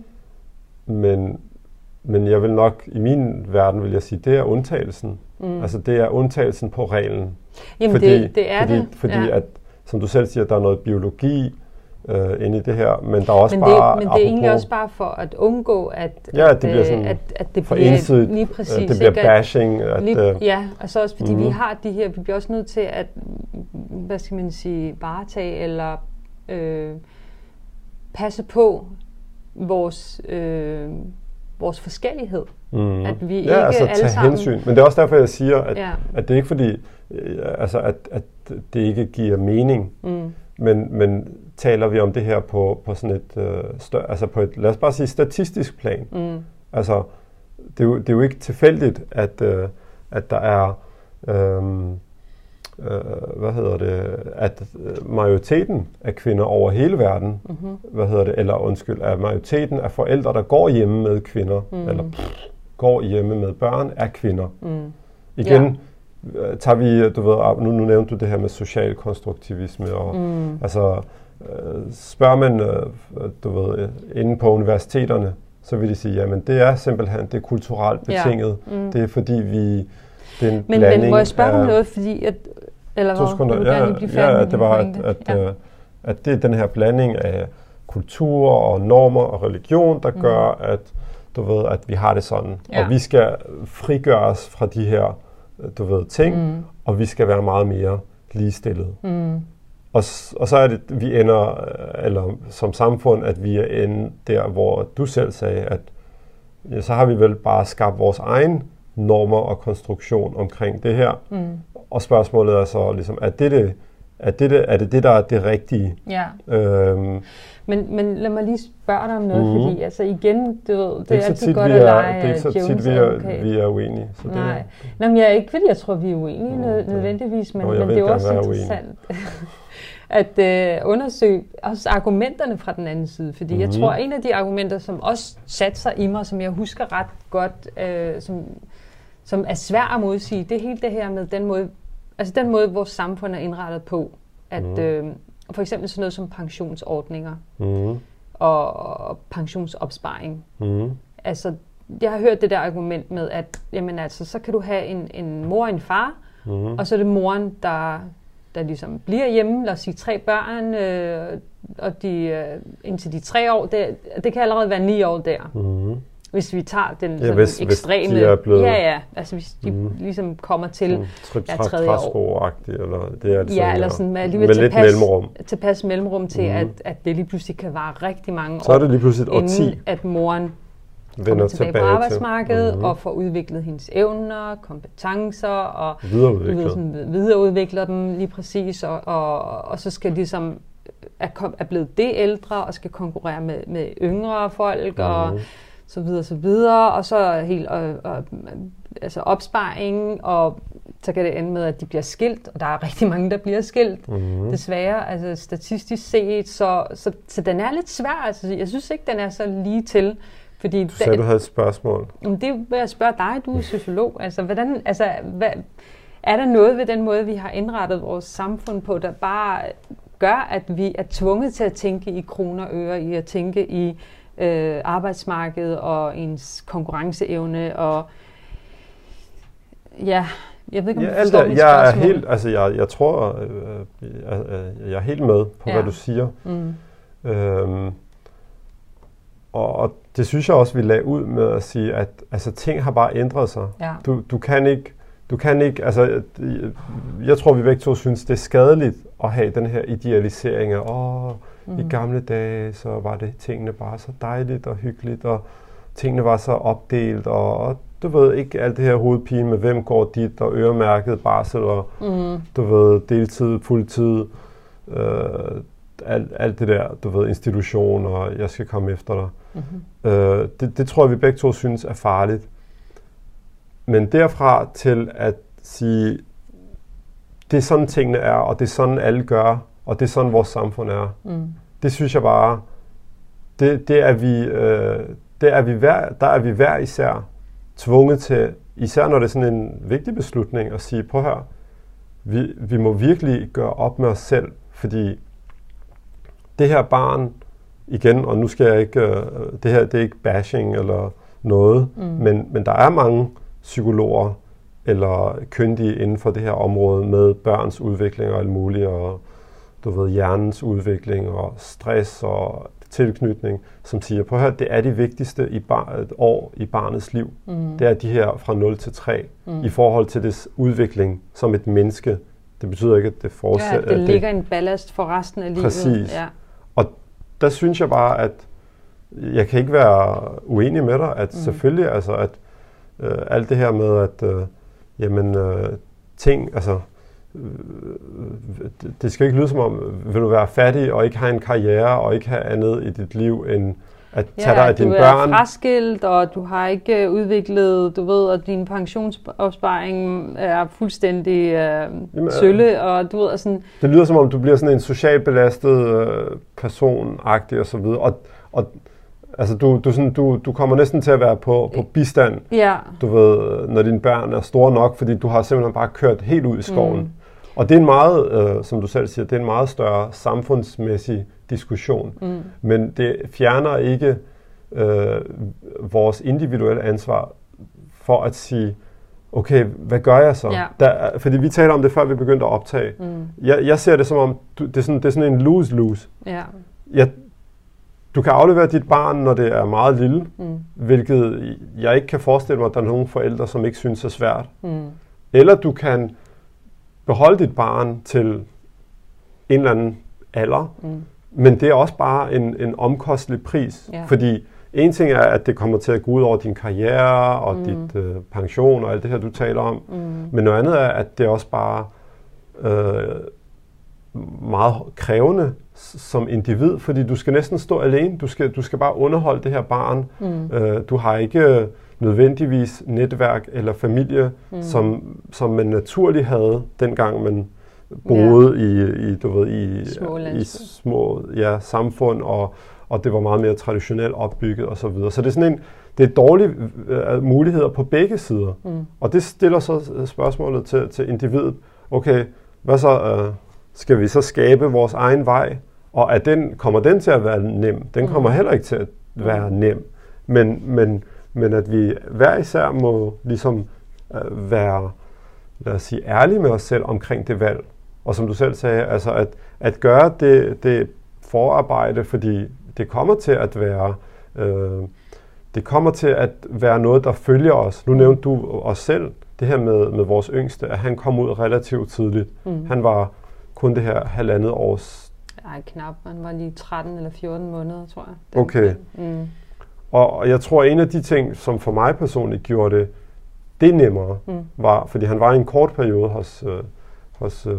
Men jeg vil nok, i min verden vil jeg sige, det er undtagelsen. Altså det er undtagelsen på reglen. Jamen fordi at, som du selv siger, der er noget biologi inde i det her, men der er også bare... Men det er egentlig også bare for at undgå, at det bliver sådan at det for bliver ensidigt, lige præcis. Det bliver bashing. Og så også fordi vi har de her, vi bliver også nødt til at, hvad skal man sige, varetage eller passe på vores forskellighed. At vi ikke altså alle tage sammen... hensyn. Men det er også derfor, jeg siger, at det er ikke fordi, at det ikke giver mening. Men taler vi om det her på sådan et på et, lad os bare sige, statistisk plan. Altså, det er jo ikke tilfældigt, at der er at majoriteten af kvinder over hele verden, at majoriteten af forældre, der går hjemme med kvinder, eller går hjemme med børn, er kvinder. Igen, tager vi, du ved, nu nævnte du det her med social konstruktivisme, og spørger man, du ved, inde på universiteterne, så vil de sige, jamen det er simpelthen, det er kulturelt betinget. Det er fordi det er en blanding. Men må jeg spørge om noget, fordi at, eller hvad? Det var, at det er den her blanding af kultur og normer og religion, der gør, at du ved, at vi har det sådan. Og vi skal frigøre os fra de her, du ved, ting, og vi skal være meget mere ligestillede. Og så er det, vi ender, eller som samfund, at vi er inde der, hvor du selv sagde, at så har vi vel bare skabt vores egen normer og konstruktion omkring det her. Og spørgsmålet er så ligesom, er det der er det rigtige? Ja. Men lad mig lige spørge dig om noget, fordi altså igen, du ved, det er altid godt at lege. Det er ikke så tit, vi er uenige. Så nej. Nå, men jeg er ikke, fordi jeg tror, vi er uenige nødvendigvis, men det er jo også interessant at undersøge også argumenterne fra den anden side. Fordi jeg tror, en af de argumenter, som også satte sig i mig, som jeg husker ret godt, som er svært at modsige, det er helt det her med den måde, vores samfund er indrettet på. At for eksempel sådan noget som pensionsordninger og pensionsopsparing. Altså, jeg har hørt det der argument med, at jamen, altså, så kan du have en mor og en far, og så er det moren, der ligesom bliver hjemme, lad os sige 3 børn, og de indtil de 3 år, det kan allerede være 9 år der. Hvis vi tager den ekstreme... Hvis de er blevet... Altså hvis de ligesom kommer til 3. år. Eller det er altså eller sådan med lidt mellemrum. Tilpas mellemrum til, at det lige pludselig kan vare rigtig mange år. Så er det lige pludselig et årti. Inden at moren kommer tilbage på arbejdsmarkedet og får udviklet hendes evner, kompetencer og videreudvikler dem lige præcis. Og så skal ligesom er blevet det ældre og skal konkurrere med yngre folk og så videre, og så helt altså opsparing, og så kan det ende med, at de bliver skilt, og der er rigtig mange, der bliver skilt, desværre, altså statistisk set, så den er lidt svær, altså jeg synes ikke, den er så lige til, fordi... Du sagde, du havde et spørgsmål. Det vil jeg spørge dig, du er sociolog, altså er der noget ved den måde, vi har indrettet vores samfund på, der bare gør, at vi er tvunget til at tænke i kroner og øre, i at tænke i arbejdsmarkedet og ens konkurrenceevne og jeg ved ikke, om du forstår mit spørgsmål. Jeg tror, jeg er helt med på, hvad du siger. Og det synes jeg også, vi lagde ud med at sige, at altså, ting har bare ændret sig. Ja. Du kan ikke, altså, jeg tror, vi begge to synes, det er skadeligt at have den her idealisering af, i gamle dage, så var det tingene bare så dejligt og hyggeligt, og tingene var så opdelt, og du ved, ikke alt det her hovedpine med, hvem går dit, og øremærket barsel, og du ved, deltid, fuldtid, alt det der, du ved, institution, og jeg skal komme efter dig. Det tror jeg, vi begge to synes er farligt. Men derfra til at sige, det er sådan tingene er, og det er sådan alle gør, og det er sådan vores samfund er. Det synes jeg bare, der er vi hver især tvunget til, især når det er sådan en vigtig beslutning, at sige, prøv her, vi må virkelig gøre op med os selv, fordi det her barn, igen, og nu skal jeg ikke, det her det er ikke bashing eller noget, men der er mange psykologer eller kyndige inden for det her område med børns udvikling og alt muligt, og du ved, hjernens udvikling og stress og tilknytning, som siger, prøv at høre, det er det vigtigste år i barnets liv. Det er de her fra 0 til 3 i forhold til dets udvikling som et menneske. Det betyder ikke, at det fortsætter. Ja, det ligger en ballast for resten af livet. Præcis. Ja. Og der synes jeg bare, at jeg kan ikke være uenig med dig, at selvfølgelig, altså, at alt det her med, at ting, altså, det skal ikke lyde som om, vil du være fattig og ikke have en karriere og ikke have andet i dit liv end at tage dig af dine børn. Ja, du er fraskilt, og du har ikke udviklet, du ved, at din pensionsopsparing er fuldstændig sølle, og du ved, sådan. Det lyder som om, du bliver sådan en socialt belastet person-agtig og så videre, og altså, du kommer næsten til at være på bistand, du ved, når dine børn er store nok, fordi du har simpelthen bare kørt helt ud i skoven. Og det er en meget, som du selv siger, det er en meget større samfundsmæssig diskussion. Men det fjerner ikke vores individuelle ansvar for at sige, okay, hvad gør jeg så? Fordi vi taler om det, før vi begyndte at optage. Jeg ser det som om, det er sådan en lose-lose. Du kan aflevere dit barn, når det er meget lille, hvilket jeg ikke kan forestille mig, at der er nogle forældre, som ikke synes er svært. Eller du kan beholde dit barn til en eller anden alder, men det er også bare en omkostelig pris. Fordi en ting er, at det kommer til at gå ud over din karriere og dit pension og alt det her, du taler om. Men noget andet er, at det er også bare meget krævende som individ, fordi du skal næsten stå alene. Du skal bare underholde det her barn. Du har ikke nødvendigvis netværk eller familie, som man naturligt havde, dengang man boede i små samfund, og det var meget mere traditionelt opbygget og så videre. Så det er dårlige muligheder på begge sider. Og det stiller så spørgsmålet til individet. Okay, hvad så? Skal vi så skabe vores egen vej? Og kommer den til at være nem? Den kommer heller ikke til at være nem. Men at vi hver især må ligesom være, lad os sige, ærlige med os selv omkring det valg. Og som du selv sagde, altså at gøre det forarbejde, fordi det kommer til at være noget, der følger os. Nu nævnte du os selv, det her med vores yngste, at han kom ud relativt tidligt. Han var kun det her 1,5 års... Nej, knap. Han var lige 13 eller 14 måneder, tror jeg. Okay. Og jeg tror, en af de ting, som for mig personligt gjorde det nemmere, var, fordi han var i en kort periode hos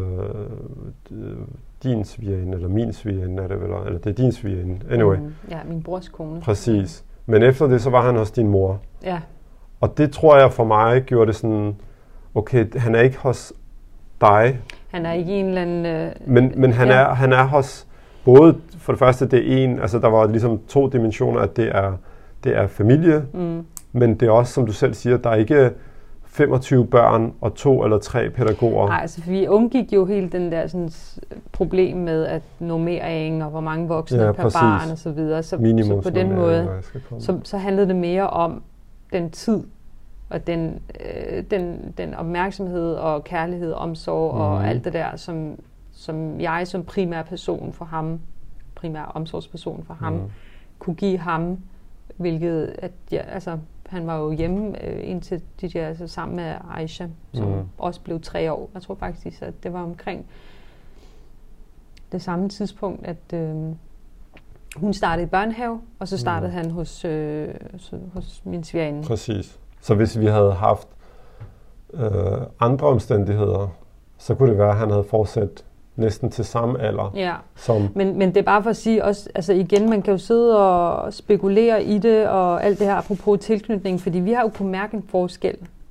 din svigerinde, eller min svigerinde er det vel, eller det er din svigerinde, anyway. Ja, min brors kone. Præcis. Men efter det, så var han hos din mor. Ja. Og det tror jeg for mig gjorde det sådan, okay, han er ikke hos dig. Han er ikke en eller anden... Men han er hos, både for det første, det er en, altså der var ligesom 2 dimensioner, at det er familie, men det er også, som du selv siger, der er ikke 25 børn og 2 eller 3 pædagoger. Nej, altså vi undgik jo helt den der sådan, problem med at normering og hvor mange voksne per barn og så videre. Så på den måde, så handlede det mere om den tid og den opmærksomhed og kærlighed, omsorg og alt det der, som jeg som primær person for ham, primær omsorgsperson for ham, kunne give ham, hvilket han var jo hjemme indtil de der, sammen med Aisha, som også blev 3 år. Jeg tror faktisk, at det var omkring det samme tidspunkt, at hun startede i børnehave, og så startede han hos min svigerinde. Præcis. Så hvis vi havde haft andre omstændigheder, så kunne det være, at han havde fortsat næsten til samme alder. Ja, men det er bare for at sige også, altså igen, man kan jo sidde og spekulere i det, og alt det her apropos tilknytning, fordi vi har jo kunnet mærke en forskel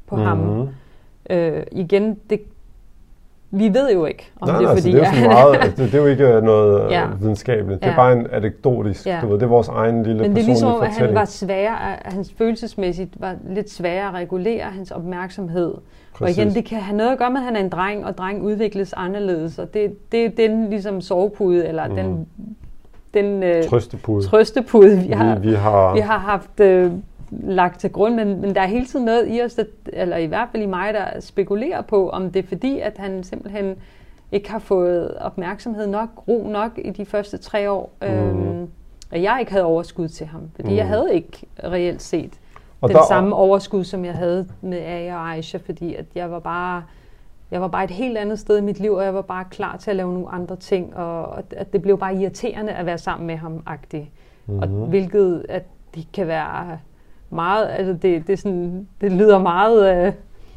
på ham. Igen, vi ved jo ikke, om det er fordi... det er jo så meget, det er jo ikke noget videnskabeligt. Det er bare en anekdotisk, du ved, det er vores egen lille personlige fortælling. Men det er ligesom, at han var sværere, hans følelsesmæssigt var lidt sværere at regulere hans opmærksomhed. Præcis. Og igen, det kan have noget at gøre med, at han er en dreng, og dreng udvikles anderledes. Og det er den ligesom sovepude, eller den trøstepude, vi har haft lagt til grund. Men der er hele tiden noget i os, eller i hvert fald i mig, der spekulerer på, om det er fordi, at han simpelthen ikke har fået opmærksomhed nok, ro nok i de første 3 år. Og jeg ikke havde overskud til ham, fordi jeg havde ikke reelt set den samme overskud, som jeg havde med Aya og Aisha, fordi at jeg var bare et helt andet sted i mit liv, og jeg var bare klar til at lave nogle andre ting, og at det blev bare irriterende at være sammen med ham-agtigt. Og hvilket, at det kan være meget, altså det er sådan, det lyder meget,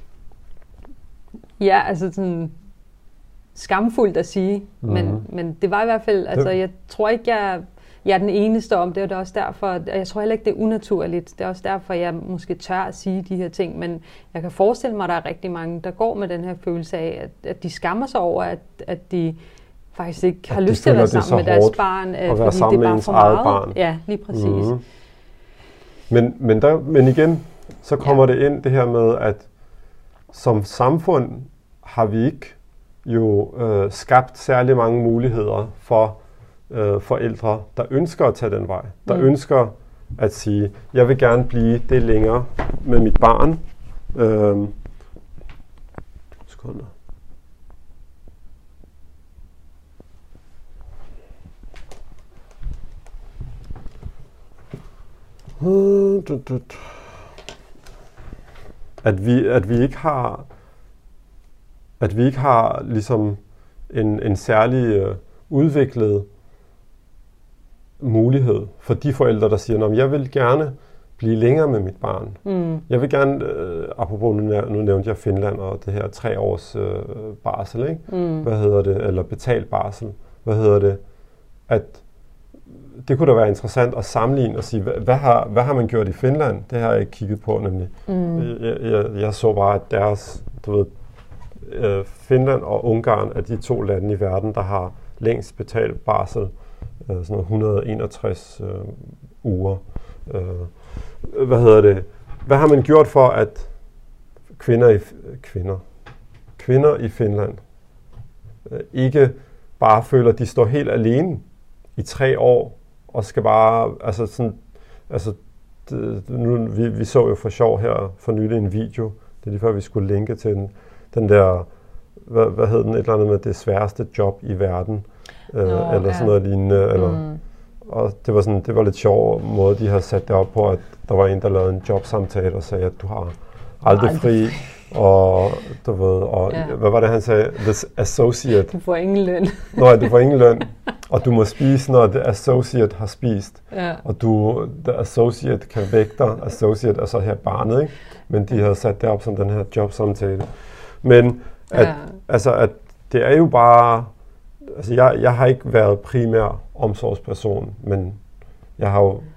altså sådan skamfuldt at sige, men det var i hvert fald, altså jeg tror ikke, jeg er den eneste om det, og det er også derfor, jeg tror heller ikke, det er unaturligt. Det er også derfor, jeg måske tør at sige de her ting, men jeg kan forestille mig, at der er rigtig mange, der går med den her følelse af, at de skammer sig over, at de faktisk ikke har lyst til at være sammen med deres barn, fordi det er bare for meget. Barn. Ja, lige præcis. Men igen, så kommer det ind det her med, at som samfund har vi ikke jo skabt særlig mange muligheder for forældre, der ønsker at tage den vej. Der ønsker at sige, jeg vil gerne blive det længere med mit barn. Sekunder. At vi ikke har ligesom en særlig udviklet mulighed for de forældre, der siger, jeg vil gerne blive længere med mit barn. Jeg vil gerne, apropos nu nævnte jeg Finland og det her 3 års barsel, ikke? Eller betalt barsel. At det kunne da være interessant at sammenligne og sige, hvad har man gjort i Finland? Det har jeg ikke kigget på nemlig. Jeg så bare, at deres, Finland og Ungarn er de 2 lande i verden, der har længst betalt barsel, sådan 161 uger. Hvad har man gjort for, at kvinder i Finland ikke bare føler, at de står helt alene i 3 år, og skal bare, vi så jo for sjov her for nylig en video, det er lige før vi skulle linke til den der, hvad hed den, et eller andet med det sværeste job i verden, eller sådan noget lignende, og det var lidt sjov måde, de har sat det op på, at der var en, der lavede en jobsamtale og sagde, at du har aldrig fri, og hvad var det, han sagde? The associate. Du får ingen løn. Du får ingen løn, og du må spise, når the associate har spist. Ja. Og the associate kan vække dig. Associate er så her barnet, ikke? Men de havde sat det op som den her jobsamtale. Men at det er jo bare, altså jeg har ikke været primær omsorgsperson, men jeg har jo,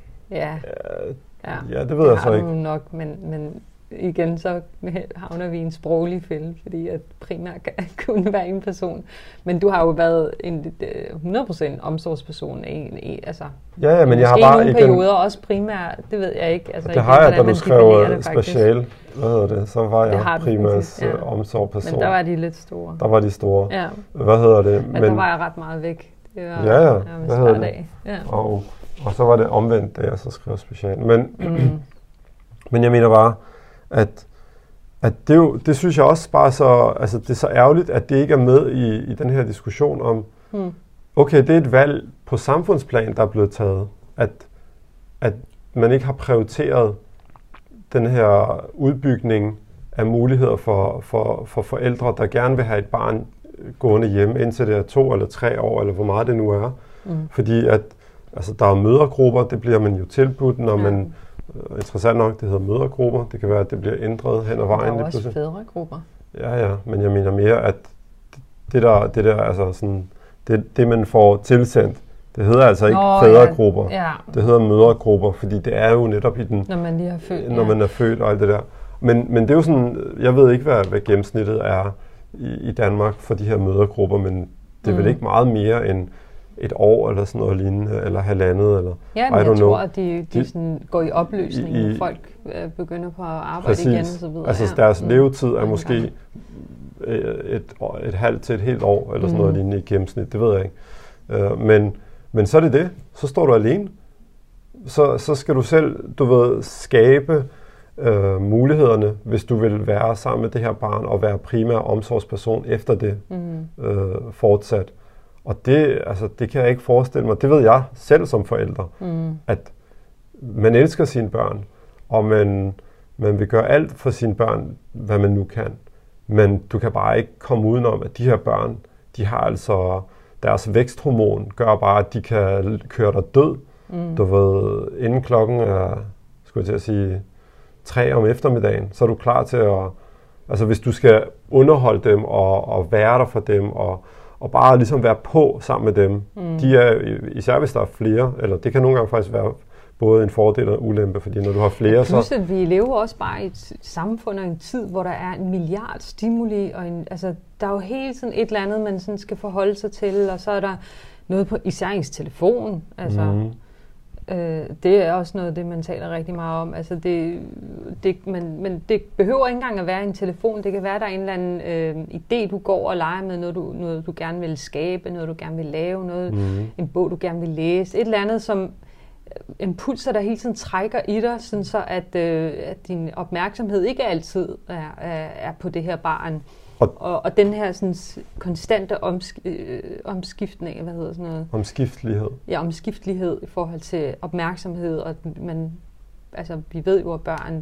det ved jeg så ikke. Nok, men igen så havner vi i en sproglig fælde, fordi at primært kan kun være en person. Men du har jo været en 100% omsorgsperson. Altså, men jeg har bare nogle perioder også primært, det ved jeg ikke. Altså, det har jeg, da du skrev special, så var jeg primært omsorgsperson. Men der var de lidt store. Der var de store. Ja. Men der var jeg ret meget væk. Det var hver dag. Ja. Og så var det omvendt, da jeg så skrev special. Men jeg mener bare, at det synes jeg også bare så, altså det er så ærgerligt, at det ikke er med i den her diskussion om, okay, det er et valg på samfundsplan, der er blevet taget, at man ikke har prioriteret den her udbygning af muligheder for forældre, der gerne vil have et barn gående hjemme, indtil det er 2 eller 3 år, eller hvor meget det nu er. Fordi at, altså der er mødergrupper, det bliver man jo tilbudt, når man interessant nok, det hedder mødergrupper. Det kan være, at det bliver ændret hen ad vejen. Der er også fædregruber. Ja, men jeg mener mere, at det der altså sådan, det man får tilsendt, det hedder altså ikke fædregrupper. Ja. Det hedder mødergrupper, fordi det er jo netop i den, når man lige har født, når man er født og alt det der. Men det er jo sådan, jeg ved ikke, hvad gennemsnittet er i Danmark for de her mødergrupper, men det er vel ikke meget mere end et år eller sådan noget lignende, eller halvandet, eller ja, men jeg tror, at de sådan går i opløsning, når folk begynder på at arbejde præcis. Igen og så videre. Altså deres levetid er måske et halvt til et helt år, eller sådan noget lignende i gennemsnit, det ved jeg ikke. Men så er det. Så står du alene. Så skal du selv, skabe mulighederne, hvis du vil være sammen med det her barn og være primær omsorgsperson efter det fortsat. Og det kan jeg ikke forestille mig. Det ved jeg selv som forælder, at man elsker sine børn, og man vil gøre alt for sine børn, hvad man nu kan. Men du kan bare ikke komme udenom, at de her børn, de har altså deres væksthormon, gør bare, at de kan køre dig død. Du ved, inden klokken er, skulle jeg til at sige, 3 om eftermiddagen, så er du klar til at, altså hvis du skal underholde dem og være der for dem og bare ligesom være på sammen med dem. De er, især hvis der er flere, eller det kan nogle gange faktisk være både en fordel og en ulempe, fordi når du har flere, plus, at vi lever også bare i et samfund og en tid, hvor der er 1 milliard stimuli, og altså, der er jo hele tiden et eller andet, man sådan skal forholde sig til, og så er der noget på især ens telefon, altså. Det er også noget af det, man taler rigtig meget om. Altså men det behøver ikke engang at være en telefon. Det kan være, der er en eller anden idé, du går og leger med, noget du gerne vil skabe, noget du gerne vil lave, en bog, du gerne vil læse. Et eller andet, som impulser, der hele tiden trækker i dig, sådan så at din opmærksomhed ikke altid er på det her barn. Og den her sådan konstante omskiftning, hvad hedder sådan noget? Omskiftelighed. Ja, omskiftelighed i forhold til opmærksomhed, og vi ved jo, at børn,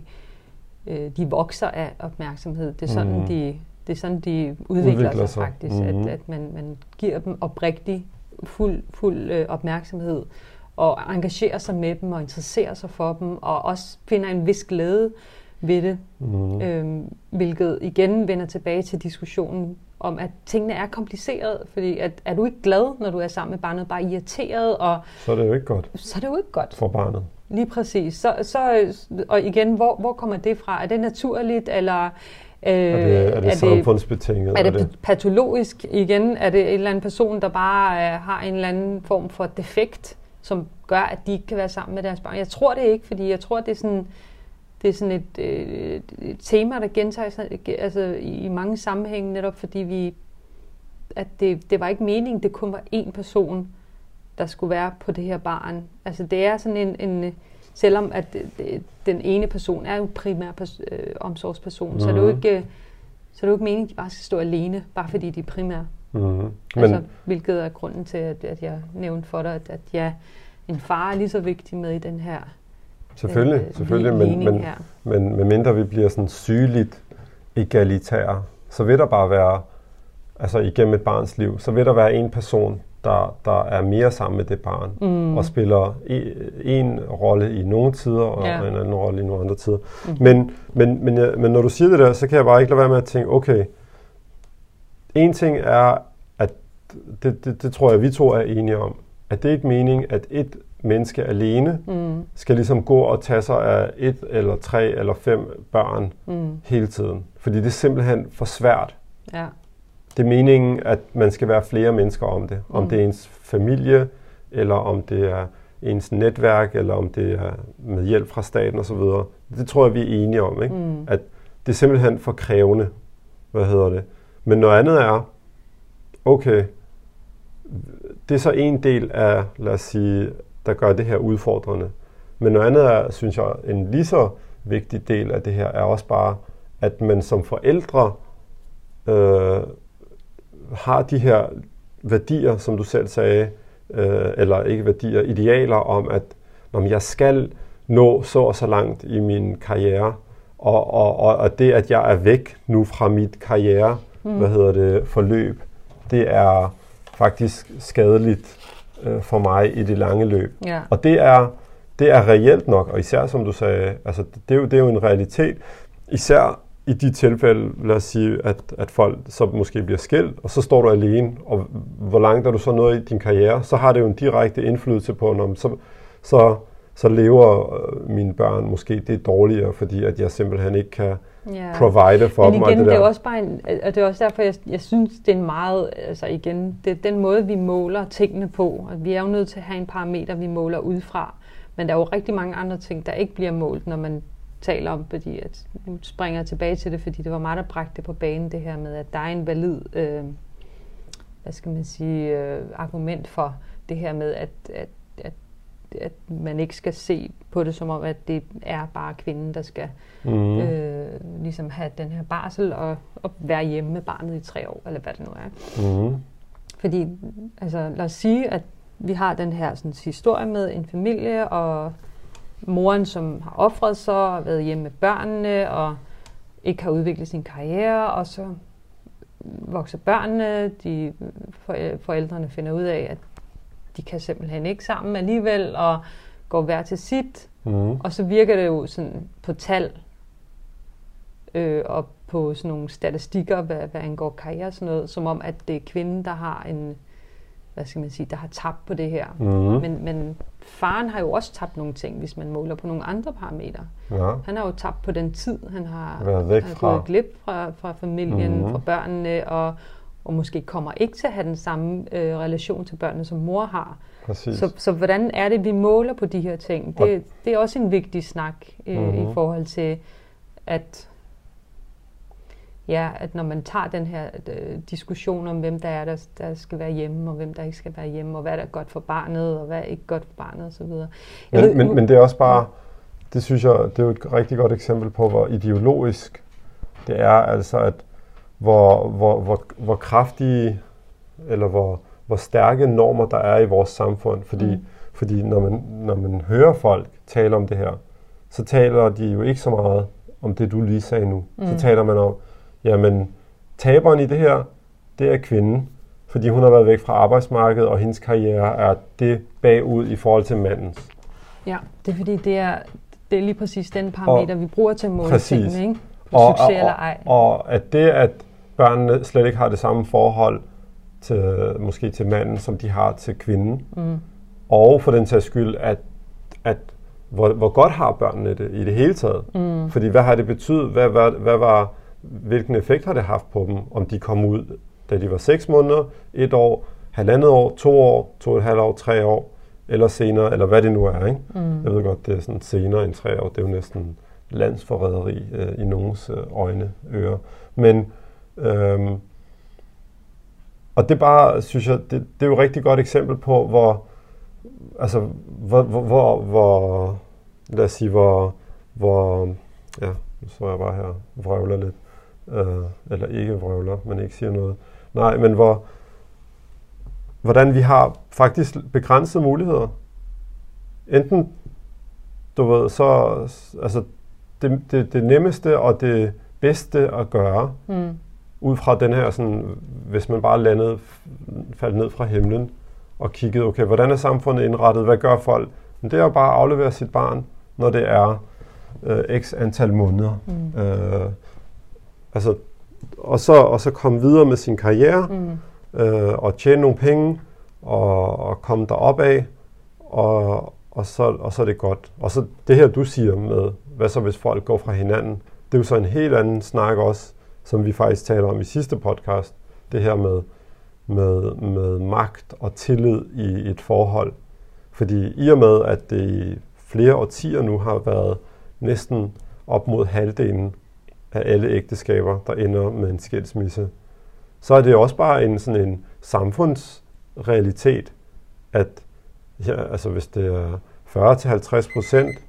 de vokser af opmærksomhed. Det er sådan, de udvikler sig faktisk, at man giver dem oprigtig, fuld opmærksomhed, og engagerer sig med dem, og interesserer sig for dem, og også finder en vis glæde ved det, hvilket igen vender tilbage til diskussionen om, at tingene er komplicerede, fordi er du ikke glad, når du er sammen med barnet, bare irriteret, og så er det jo ikke godt. Så er det jo ikke godt for barnet. Lige præcis. Og igen, hvor kommer det fra? Er det naturligt, eller er det samfundsbetinget? Er det patologisk igen? Er det en eller anden person, der bare har en eller anden form for defekt, som gør, at de ikke kan være sammen med deres barn? Jeg tror det ikke, fordi jeg tror, det er sådan et tema, der gentager sig altså i mange sammenhænge, netop fordi det var ikke meningen, det kun var én person, der skulle være på det her barn. Altså det er sådan en selvom at den ene person er jo primær omsorgsperson, så er det jo ikke meningen, at de bare skal stå alene, bare fordi de er primære. Altså, hvilket er grunden til, at jeg nævnte for dig, at en far er lige så vigtig med i den her Selvfølgelig, men medmindre vi bliver sådan sygeligt egalitære, så vil der bare være, altså igennem et barns liv, så vil der være en person, der er mere sammen med det barn, og spiller en rolle i nogle tider, og en anden rolle i nogle andre tider. Men når du siger det der, så kan jeg bare ikke lade være med at tænke, okay, en ting er, at det tror jeg, vi to er enige om, at det ikke er meningen, at et menneske alene skal ligesom gå og tage sig af 1 eller 3 eller 5 børn hele tiden. Fordi det er simpelthen for svært. Ja. Det er meningen, at man skal være flere mennesker om det. Om det er ens familie, eller om det er ens netværk, eller om det er med hjælp fra staten osv. Det tror jeg, vi er enige om, ikke? At det er simpelthen for krævende. Men noget andet er, okay, det er så en del af, lad os sige, der gør det her udfordrende. Men noget andet er, synes jeg, en lige så vigtig del af det her, er også bare, at man som forældre har de her værdier, som du selv sagde, eller ikke værdier, idealer om, at jeg skal nå så og så langt i min karriere, og det, at jeg er væk nu fra mit karriere, forløb, det er faktisk skadeligt for mig i det lange løb. Ja. Og det er reelt nok, og især som du sagde, altså det er jo en realitet, især i de tilfælde, lad os sige, at folk så måske bliver skilt, og så står du alene, og hvor langt er du så nået i din karriere, så har det jo en direkte indflydelse på, så så lever mine børn måske det dårligere, fordi at jeg simpelthen ikke kan provide for dem. Men igen, det er også bare det er også derfor, jeg synes, det er en meget, altså igen, det er den måde, vi måler tingene på. At vi er jo nødt til at have en parameter, vi måler ud fra. Men der er jo rigtig mange andre ting, der ikke bliver målt, når man taler om, fordi at, nu springer jeg tilbage til det, fordi det var mig, der bragte det på banen, det her med, at der er en valid, argument for det her med, at man ikke skal se på det som om, at det er bare kvinden, der skal ligesom have den her barsel og være hjemme med barnet i 3 år, eller hvad det nu er. Fordi, altså lad os sige, at vi har den her sådan, historie med en familie, og moren, som har ofret sig og været hjemme med børnene, og ikke har udviklet sin karriere, og så vokser børnene, forældrene finder ud af, at de kan simpelthen ikke sammen alligevel, og går hver til sit. Og så virker det jo sådan på tal, og på sådan nogle statistikker, hvad angår karriere og sådan noget, som om, at det er kvinden, der har en, der har tabt på det her. Men faren har jo også tabt nogle ting, hvis man måler på nogle andre parametre. Ja. Han har jo tabt på den tid, han har gået glip fra familien, fra børnene, og måske kommer ikke til at have den samme relation til børnene, som mor har. Så hvordan er det, vi måler på de her ting? Det er også en vigtig snak i forhold til, at når man tager den her diskussion om, hvem der er, der skal være hjemme, og hvem der ikke skal være hjemme, og hvad der er godt for barnet, og hvad er ikke godt for barnet, osv. Men det er også bare, det synes jeg, det er jo et rigtig godt eksempel på, hvor ideologisk det er, altså at hvor kraftige, eller hvor stærke normer der er i vores samfund. Fordi når man hører folk tale om det her, så taler de jo ikke så meget om det, du lige sagde nu. Så taler man om, jamen, taberen i det her, det er kvinden, fordi hun har været væk fra arbejdsmarkedet, og hendes karriere er det bagud i forhold til mandens. Ja, det er fordi, det er lige præcis den parameter, vi bruger til at måle tingene, ikke? Succes eller ej. Og at det, at børnene slet ikke har det samme forhold måske til manden, som de har til kvinden, og for den sags skyld, at hvor godt har børnene det i det hele taget. Fordi hvad har det betydet? Hvilken effekt har det haft på dem, om de kom ud, da de var 6 måneder, 1 år, 1,5 år, 2 år, 2,5 år, 3 år, eller senere, eller hvad det nu er, ikke? Jeg ved godt, det er sådan senere end 3 år, det er jo næsten landsforræderi i nogens ører. Men, og det er bare, synes jeg, det er jo et rigtig godt eksempel på, hvor lad os sige, ja, nu så jeg bare her, vrøvler lidt, eller ikke vrøvler, men ikke siger noget. Nej, men hvordan vi har faktisk begrænsede muligheder. Enten, du ved, så, altså, det nemmeste og det bedste at gøre, ud fra den her, sådan, hvis man bare faldt ned fra himlen, og kiggede, okay, hvordan er samfundet indrettet, hvad gør folk? Men det er jo bare at aflevere sit barn, når det er x antal måneder. Og så komme videre med sin karriere, og tjene nogle penge, og komme derop af, og så er det godt. Og så det her, du siger med, hvad så hvis folk går fra hinanden, det er jo så en helt anden snak også, som vi faktisk taler om i sidste podcast, det her med magt og tillid i et forhold. Fordi i og med, at det i flere årtier nu har været næsten op mod halvdelen af alle ægteskaber, der ender med en skilsmisse, så er det også bare sådan en samfundsrealitet, at altså hvis det er 40-50%,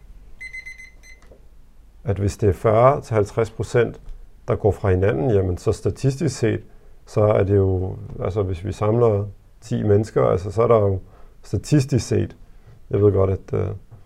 at hvis det er 40-50%, der går fra hinanden, jamen så statistisk set, så er det jo, altså hvis vi samler 10 mennesker, altså så er der jo statistisk set, jeg ved godt, at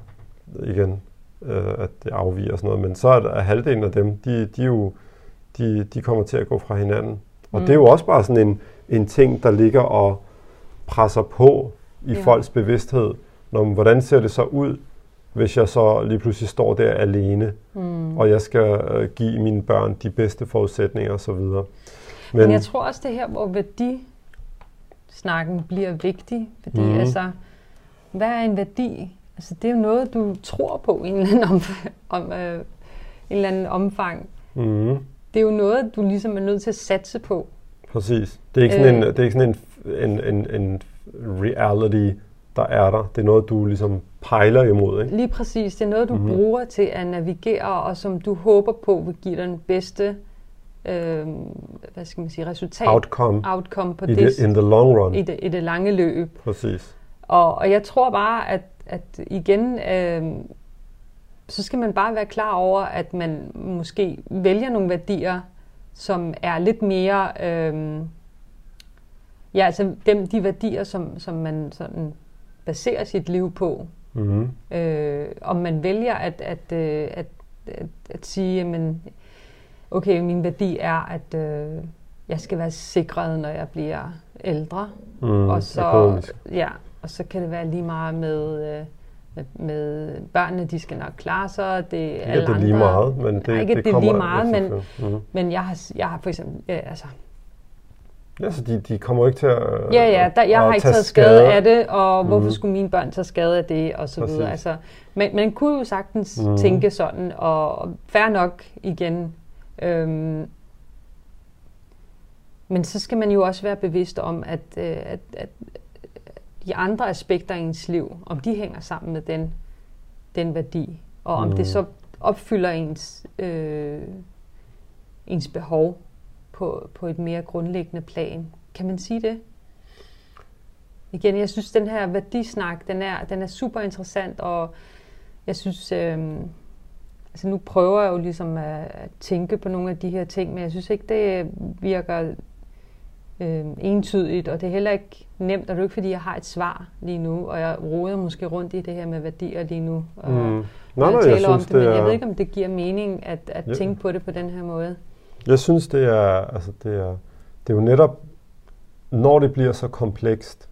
at det afviger og sådan noget, men så er der halvdelen af dem, de kommer til at gå fra hinanden. Og det er jo også bare sådan en ting, der ligger og presser på i folks bevidsthed. Hvordan ser det så ud, hvis jeg så lige pludselig står der alene, og jeg skal give mine børn de bedste forudsætninger osv. Men jeg tror også det her, hvor værdisnakken bliver vigtig, fordi altså, hvad er en værdi Altså, det er jo noget, du tror på i en eller anden omfang. Mm. Det er jo noget, du ligesom er nødt til at satse på. Præcis. Det er ikke sådan, en reality, der er der. Det er noget, du ligesom pejler imod, ikke? Lige præcis. Det er noget, du bruger til at navigere, og som du håber på vil give dig den bedste hvad skal man sige, resultat. Outcome på det. In the long run. I det lange løb. Præcis. Og jeg tror bare, at igen, så skal man bare være klar over, at man måske vælger nogle værdier, som er lidt mere, altså de værdier, som man sådan baserer sit liv på. Mm-hmm. Om man vælger at sige, jamen, okay, min værdi er, at jeg skal være sikret, når jeg bliver ældre. Og så kan det være lige meget med børnene, de skal nok klare sig. Det er alle andre. Lige meget, men det kommer lige meget, men jeg har for eksempel, ja, så de kommer ikke til at jeg har ikke taget skade af det, og hvorfor skulle mine børn tage skade af det, og så videre. Altså, man kunne jo sagtens tænke sådan, og fair nok igen. Men så skal man jo også være bevidst om, at de andre aspekter i ens liv, om de hænger sammen med den værdi, og om det så opfylder ens behov på et mere grundlæggende plan. Kan man sige det? Igen, jeg synes, den her værdisnak, den er super interessant, og jeg synes, altså nu prøver jeg jo ligesom at tænke på nogle af de her ting, men jeg synes ikke, det virker entydigt, og det er heller ikke nemt, og det er jo ikke, fordi jeg har et svar lige nu, og jeg roder måske rundt i det her med værdier lige nu, og jeg taler om det, men jeg ved ikke, om det giver mening at tænke på det på den her måde. Jeg synes, det er jo netop, når det bliver så komplekst,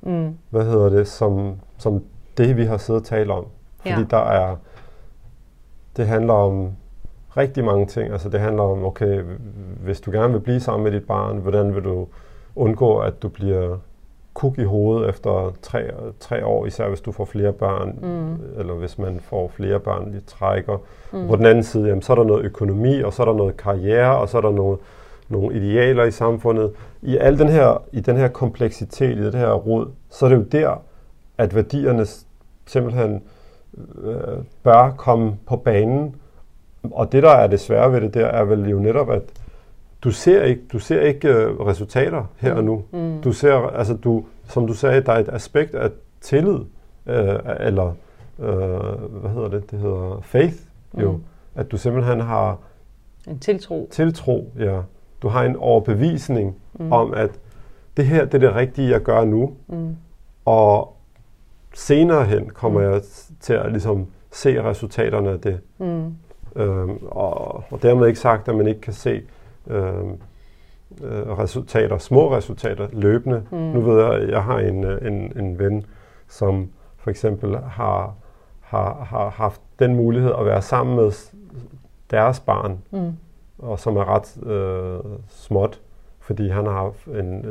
som det, vi har siddet og talt om. Fordi det handler om rigtig mange ting. Altså det handler om, okay, hvis du gerne vil blive sammen med dit barn, hvordan vil du undgå, at du bliver kuk i hovedet efter 3 år, især hvis du får flere børn, eller hvis man får flere børn, de trækker. På den anden side, jamen, så er der noget økonomi, og så er der noget karriere, og så er der nogle idealer i samfundet. I den her kompleksitet, i det her rod, så er det jo der, at værdierne simpelthen bør komme på banen. Og det, der er det svære ved det der, er vel jo netop, at du ser ikke resultater her og nu. Du ser, altså som du sagde, der er et aspekt af tillid, eller hvad hedder det? Det hedder faith, jo. At du simpelthen har en tiltro. Ja. Du har en overbevisning om, at det her, det er det rigtige, jeg gør nu. Og senere hen kommer jeg til at ligesom se resultaterne af det. Og dermed ikke sagt, at man ikke kan se små resultater løbende. Nu ved jeg, at jeg har en ven, som for eksempel har haft den mulighed at være sammen med deres barn, og som er ret småt, fordi han har haft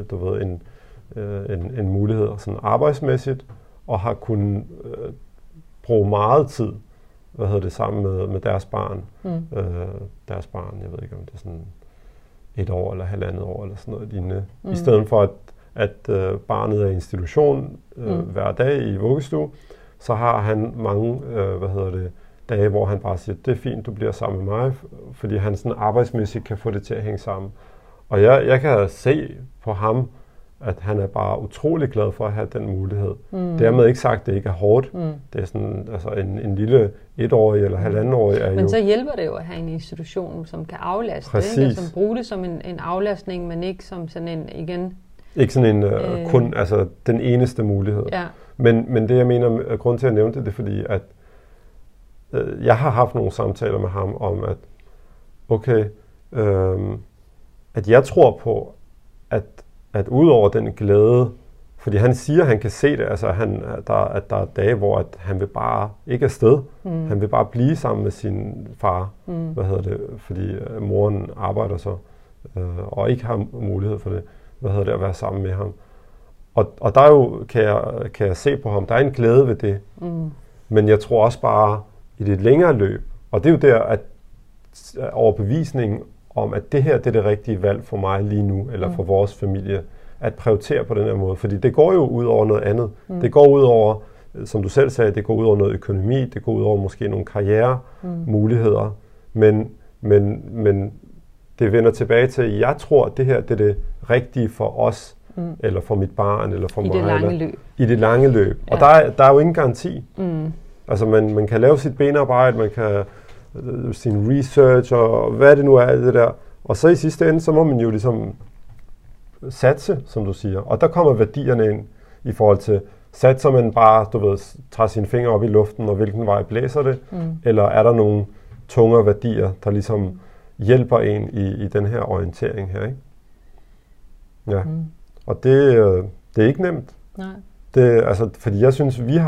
en mulighed sådan arbejdsmæssigt, og har kunnet bruge meget tid sammen med deres barn. Deres barn, jeg ved ikke, om det er sådan 1 år eller 1,5 år eller sådan noget lignende. I stedet for, at barnet er i institution hver dag i vuggestue, så har han mange dage, hvor han bare siger, det er fint, du bliver sammen med mig, fordi han sådan arbejdsmæssigt kan få det til at hænge sammen. Og jeg kan se på ham, at han er bare utrolig glad for at have den mulighed. Dermed ikke sagt, at det ikke er hårdt. Det er sådan, altså en lille 1-årig eller 1,5-årig er jo... Men så hjælper det jo at have en institution, som kan aflaste. Ikke? Altså, bruge det som en aflastning, men ikke som sådan en, igen... Ikke sådan en kun, altså den eneste mulighed. Ja. Men det, jeg mener, grund til at nævne det er fordi, at jeg har haft nogle samtaler med ham om, at okay, at jeg tror på, at udover den glæde, fordi han siger, at han kan se det, altså at der er dage, hvor at han vil bare ikke afsted. Han vil bare blive sammen med sin far, fordi moren arbejder så, og ikke har mulighed for det, at være sammen med ham. Og der er jo, kan jeg se på ham, der er en glæde ved det. Men jeg tror også bare i det længere løb, og det er jo der, at overbevisningen om, at det her det er det rigtige valg for mig lige nu, eller for vores familie, at prioritere på den her måde. Fordi det går jo ud over noget andet. Det går ud over, som du selv sagde, det går ud over noget økonomi, det går ud over måske nogle karrieremuligheder, men det vender tilbage til, at jeg tror, at det her det er det rigtige for os, eller for mit barn, eller for mig. I det lange løb. I det lange løb. Ja. Og der er jo ingen garanti. Altså man kan lave sit benarbejde, man kan sin research, og hvad det nu er, det der. Og så i sidste ende, så må man jo ligesom satse, som du siger. Og der kommer værdierne ind i forhold til, satser man bare, du ved, tager sine fingre op i luften, og hvilken vej blæser det? Eller er der nogle tungere værdier, der ligesom hjælper en i den her orientering her, ikke? Ja. Og det er ikke nemt. Nej. Det, altså, fordi jeg synes, vi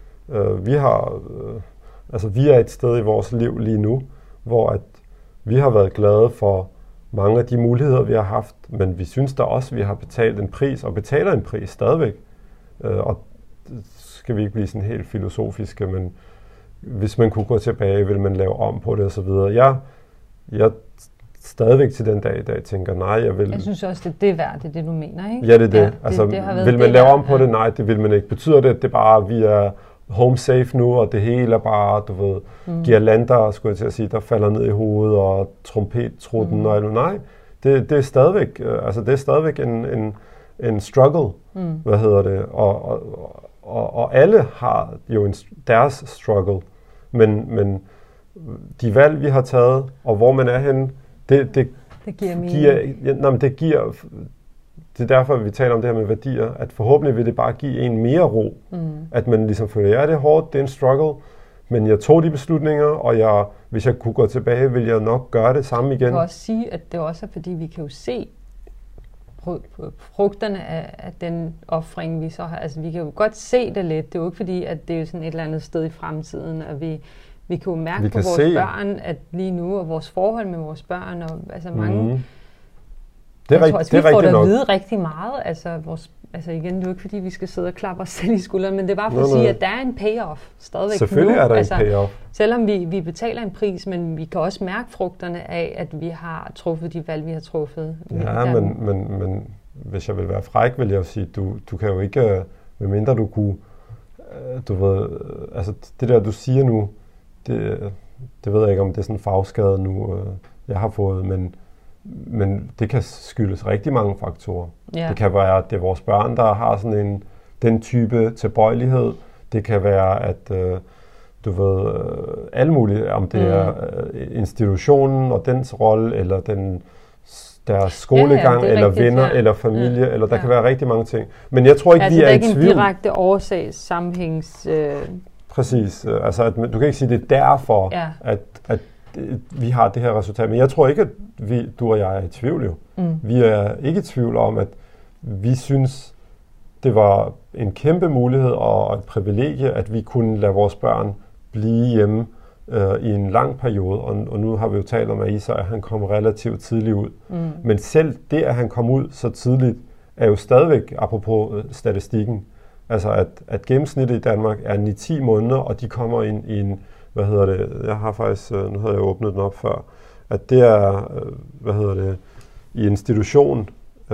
er et sted i vores liv lige nu, hvor at vi har været glade for mange af de muligheder, vi har haft, men vi synes da også, at vi har betalt en pris, og betaler en pris stadigvæk. Og skal vi ikke blive sådan helt filosofiske, men hvis man kunne gå tilbage, vil man lave om på det og så videre. Jeg stadigvæk til den dag i dag tænker, nej, jeg synes også, det er værd, det er det, du mener, ikke? Ja, det er det. Ja, altså, det vil man lave om på det? Nej, det vil man ikke. Betyder det, at det bare, vi er home safe nu, og det hele er bare, du ved, girlander, skulle jeg til at sige, der falder ned i hovedet, og trompettrutten og alt. Nej, det er stadigvæk, det er stadigvæk en struggle, hvad hedder det, og alle har jo deres struggle, men de valg, vi har taget, og hvor man er henne, det giver det er derfor, vi taler om det her med værdier, at forhåbentlig vil det bare give en mere ro. At man ligesom føler, ja, det er hårdt, det er en struggle, men jeg tog de beslutninger, og hvis jeg kunne gå tilbage, ville jeg nok gøre det samme igen. Jeg kan også sige, at det også er, fordi vi kan jo se frugterne af den ofring, vi så har. Altså, vi kan jo godt se det lidt. Det er jo ikke fordi, at det er sådan et eller andet sted i fremtiden, og vi kan jo mærke på vores børn, at lige nu, og vores forhold med vores børn, og altså mange... Jeg tror også, vi får da at vide rigtig meget. Altså igen, det er jo ikke fordi, vi skal sidde og klappe os selv i skulderen, men det er bare for at sige, at der er en payoff stadigvæk. Selvfølgelig nu. Er der en payoff. Selvom vi betaler en pris, men vi kan også mærke frugterne af, at vi har truffet de valg, vi har truffet. Ja, men hvis jeg vil være fræk, vil jeg jo sige, du kan jo ikke, medmindre du kunne, du ved, altså det der, du siger nu, det ved jeg ikke, om det er sådan en fagskade nu, jeg har fået, men det kan skyldes rigtig mange faktorer. Yeah. Det kan være, at det er vores børn, der har sådan den type tilbøjelighed. Det kan være, at du ved, alle mulige, om det er institutionen og dens rolle, eller deres skolegang, eller rigtigt, venner, eller familie, eller der kan være rigtig mange ting. Men jeg tror ikke, vi er i tvivl. Altså, det er ikke en direkte årsagssammenhængs... Præcis. Altså, at du kan ikke sige, det er derfor, at vi har det her resultat. Men jeg tror ikke, at du og jeg er i tvivl jo. Vi er ikke i tvivl om, at vi synes, det var en kæmpe mulighed og et privilegie, at vi kunne lade vores børn blive hjemme i en lang periode. Og nu har vi jo talt om, at Isa, at han kom relativt tidligt ud. Men selv det, at han kom ud så tidligt, er jo stadigvæk, apropos statistikken, altså at gennemsnittet i Danmark er 9-10 måneder, og de kommer ind i en, jeg har faktisk, nu havde jeg åbnet den op før, at det er, i institution,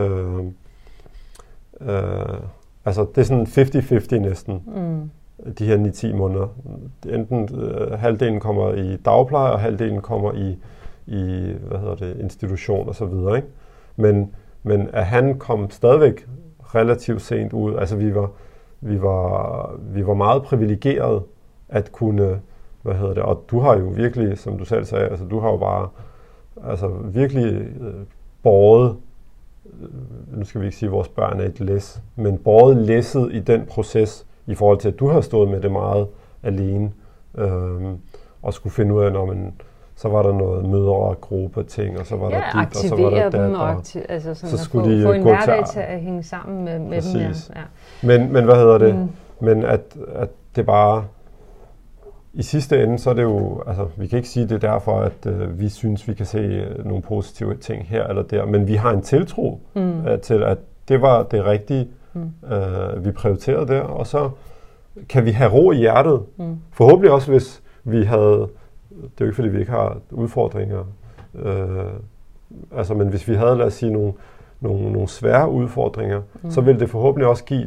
altså det er sådan 50-50 næsten, de her 9-10 måneder. Enten halvdelen kommer i dagpleje, og halvdelen kommer i institution og så videre, ikke? Men at han kom stadigvæk relativt sent ud, altså vi var meget privilegerede at kunne, og du har jo virkelig, som du selv sagde, altså du har jo bare virkelig båret, nu skal vi ikke sige, at vores børn er et læs, men båret læsset i den proces, i forhold til, at du har stået med det meget alene, og skulle finde ud af, når man, så var der noget mødregruppe ting, og så var der dit, og så var der dat, og altså sådan så skulle de få en hverdag til at hænge sammen med dem. Ja. Men men at det bare, i sidste ende, så er det jo, altså vi kan ikke sige, det er derfor, at vi synes, vi kan se nogle positive ting her eller der, men vi har en tiltro til, at det var det rigtige, vi prioriterede der, og kan vi have ro i hjertet? Forhåbentlig også, hvis vi havde, det er jo ikke fordi vi ikke har udfordringer, men hvis vi havde, lad os sige, nogle svære udfordringer, så ville det forhåbentlig også give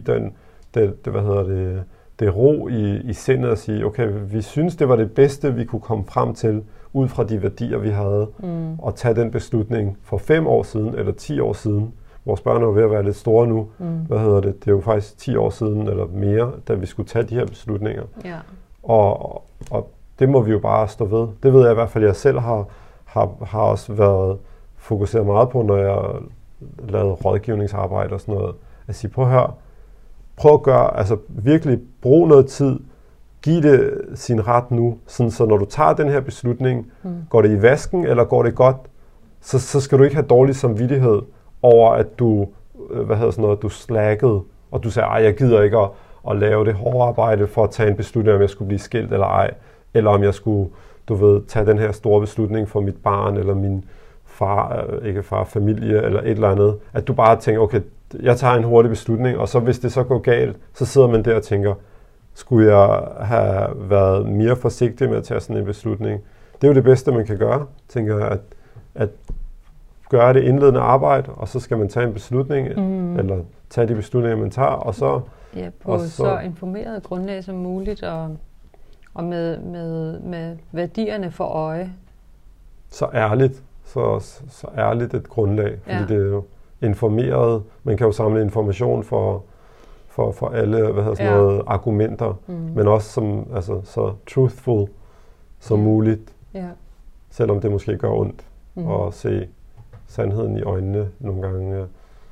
det ro i sindet at sige, okay, vi synes, det var det bedste, vi kunne komme frem til, ud fra de værdier, vi havde, og tage den beslutning for 5 år siden, eller 10 år siden. Vores børn er jo ved at være lidt store nu. Det er jo faktisk 10 år siden, eller mere, da vi skulle tage de her beslutninger. Ja. Og det må vi jo bare stå ved. Det ved jeg i hvert fald, jeg selv har også været fokuseret meget på, når jeg lavede rådgivningsarbejde og sådan noget. At sige, prøv at gøre, altså virkelig brug noget tid, giv det sin ret nu, sådan så når du tager den her beslutning, går det i vasken, eller går det godt, så skal du ikke have dårlig samvittighed over, at du, du slackede, og du sagde, jeg gider ikke at lave det hårde arbejde for at tage en beslutning, om jeg skulle blive skilt eller ej, eller om jeg skulle, tage den her store beslutning for mit barn, eller min familie, eller et eller andet. At du bare tænker, okay, jeg tager en hurtig beslutning, og så hvis det så går galt, så sidder man der og tænker, skulle jeg have været mere forsigtig med at tage sådan en beslutning? Det er jo det bedste, man kan gøre, tænker jeg, at gøre det indledende arbejde, og så skal man tage en beslutning, eller tage de beslutninger, man tager, og så... Ja, på så informeret grundlag som muligt, og med værdierne for øje. Så ærligt. Så ærligt et grundlag, fordi det er jo informeret. Man kan jo samle information for alle argumenter, men også som, så truthful som muligt, selvom det måske gør ondt at se sandheden i øjnene nogle gange,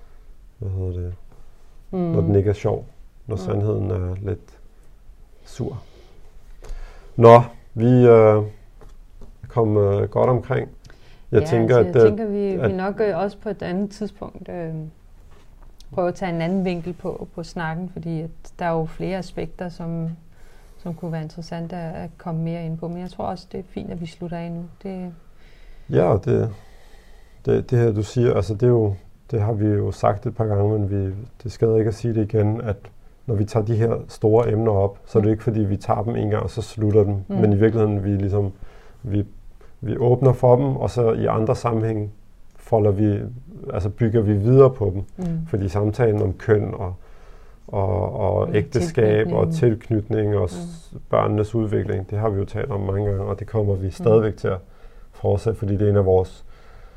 når den ikke er sjov, når sandheden er lidt sur. Nå, vi kom godt omkring. Jeg tænker, vi nok også på et andet tidspunkt prøve at tage en anden vinkel på snakken, fordi at der er jo flere aspekter, som kunne være interessante at komme mere ind på. Men jeg tror også, det er fint, at vi slutter af nu. Ja, det her, du siger, det har vi jo sagt et par gange, men det skader ikke at sige det igen, at når vi tager de her store emner op, så er det ikke fordi, vi tager dem en gang, og så slutter dem. Men i virkeligheden, vi åbner for dem, og så i andre sammenhæng bygger vi videre på dem. Fordi samtalen om køn og ægteskab og tilknytning og børnenes udvikling, det har vi jo talt om mange gange, og det kommer vi stadigvæk til at fortsætte, fordi det er en af vores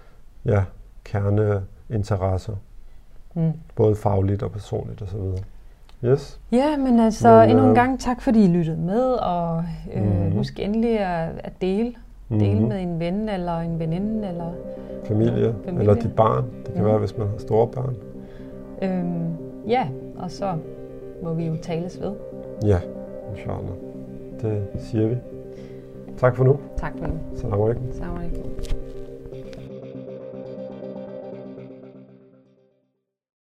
kerneinteresser. Både fagligt og personligt osv. Yes. Ja, men endnu en gang tak, fordi I lyttede med, og husk endelig at dele med en ven eller en veninde eller familie. Eller dit barn. Det kan være, hvis man har store børn. Og så må vi jo tales ved. Ja, inshallah. Det siger vi. Tak for nu. Tak for nu. Salam alaikum. Salam alaikum.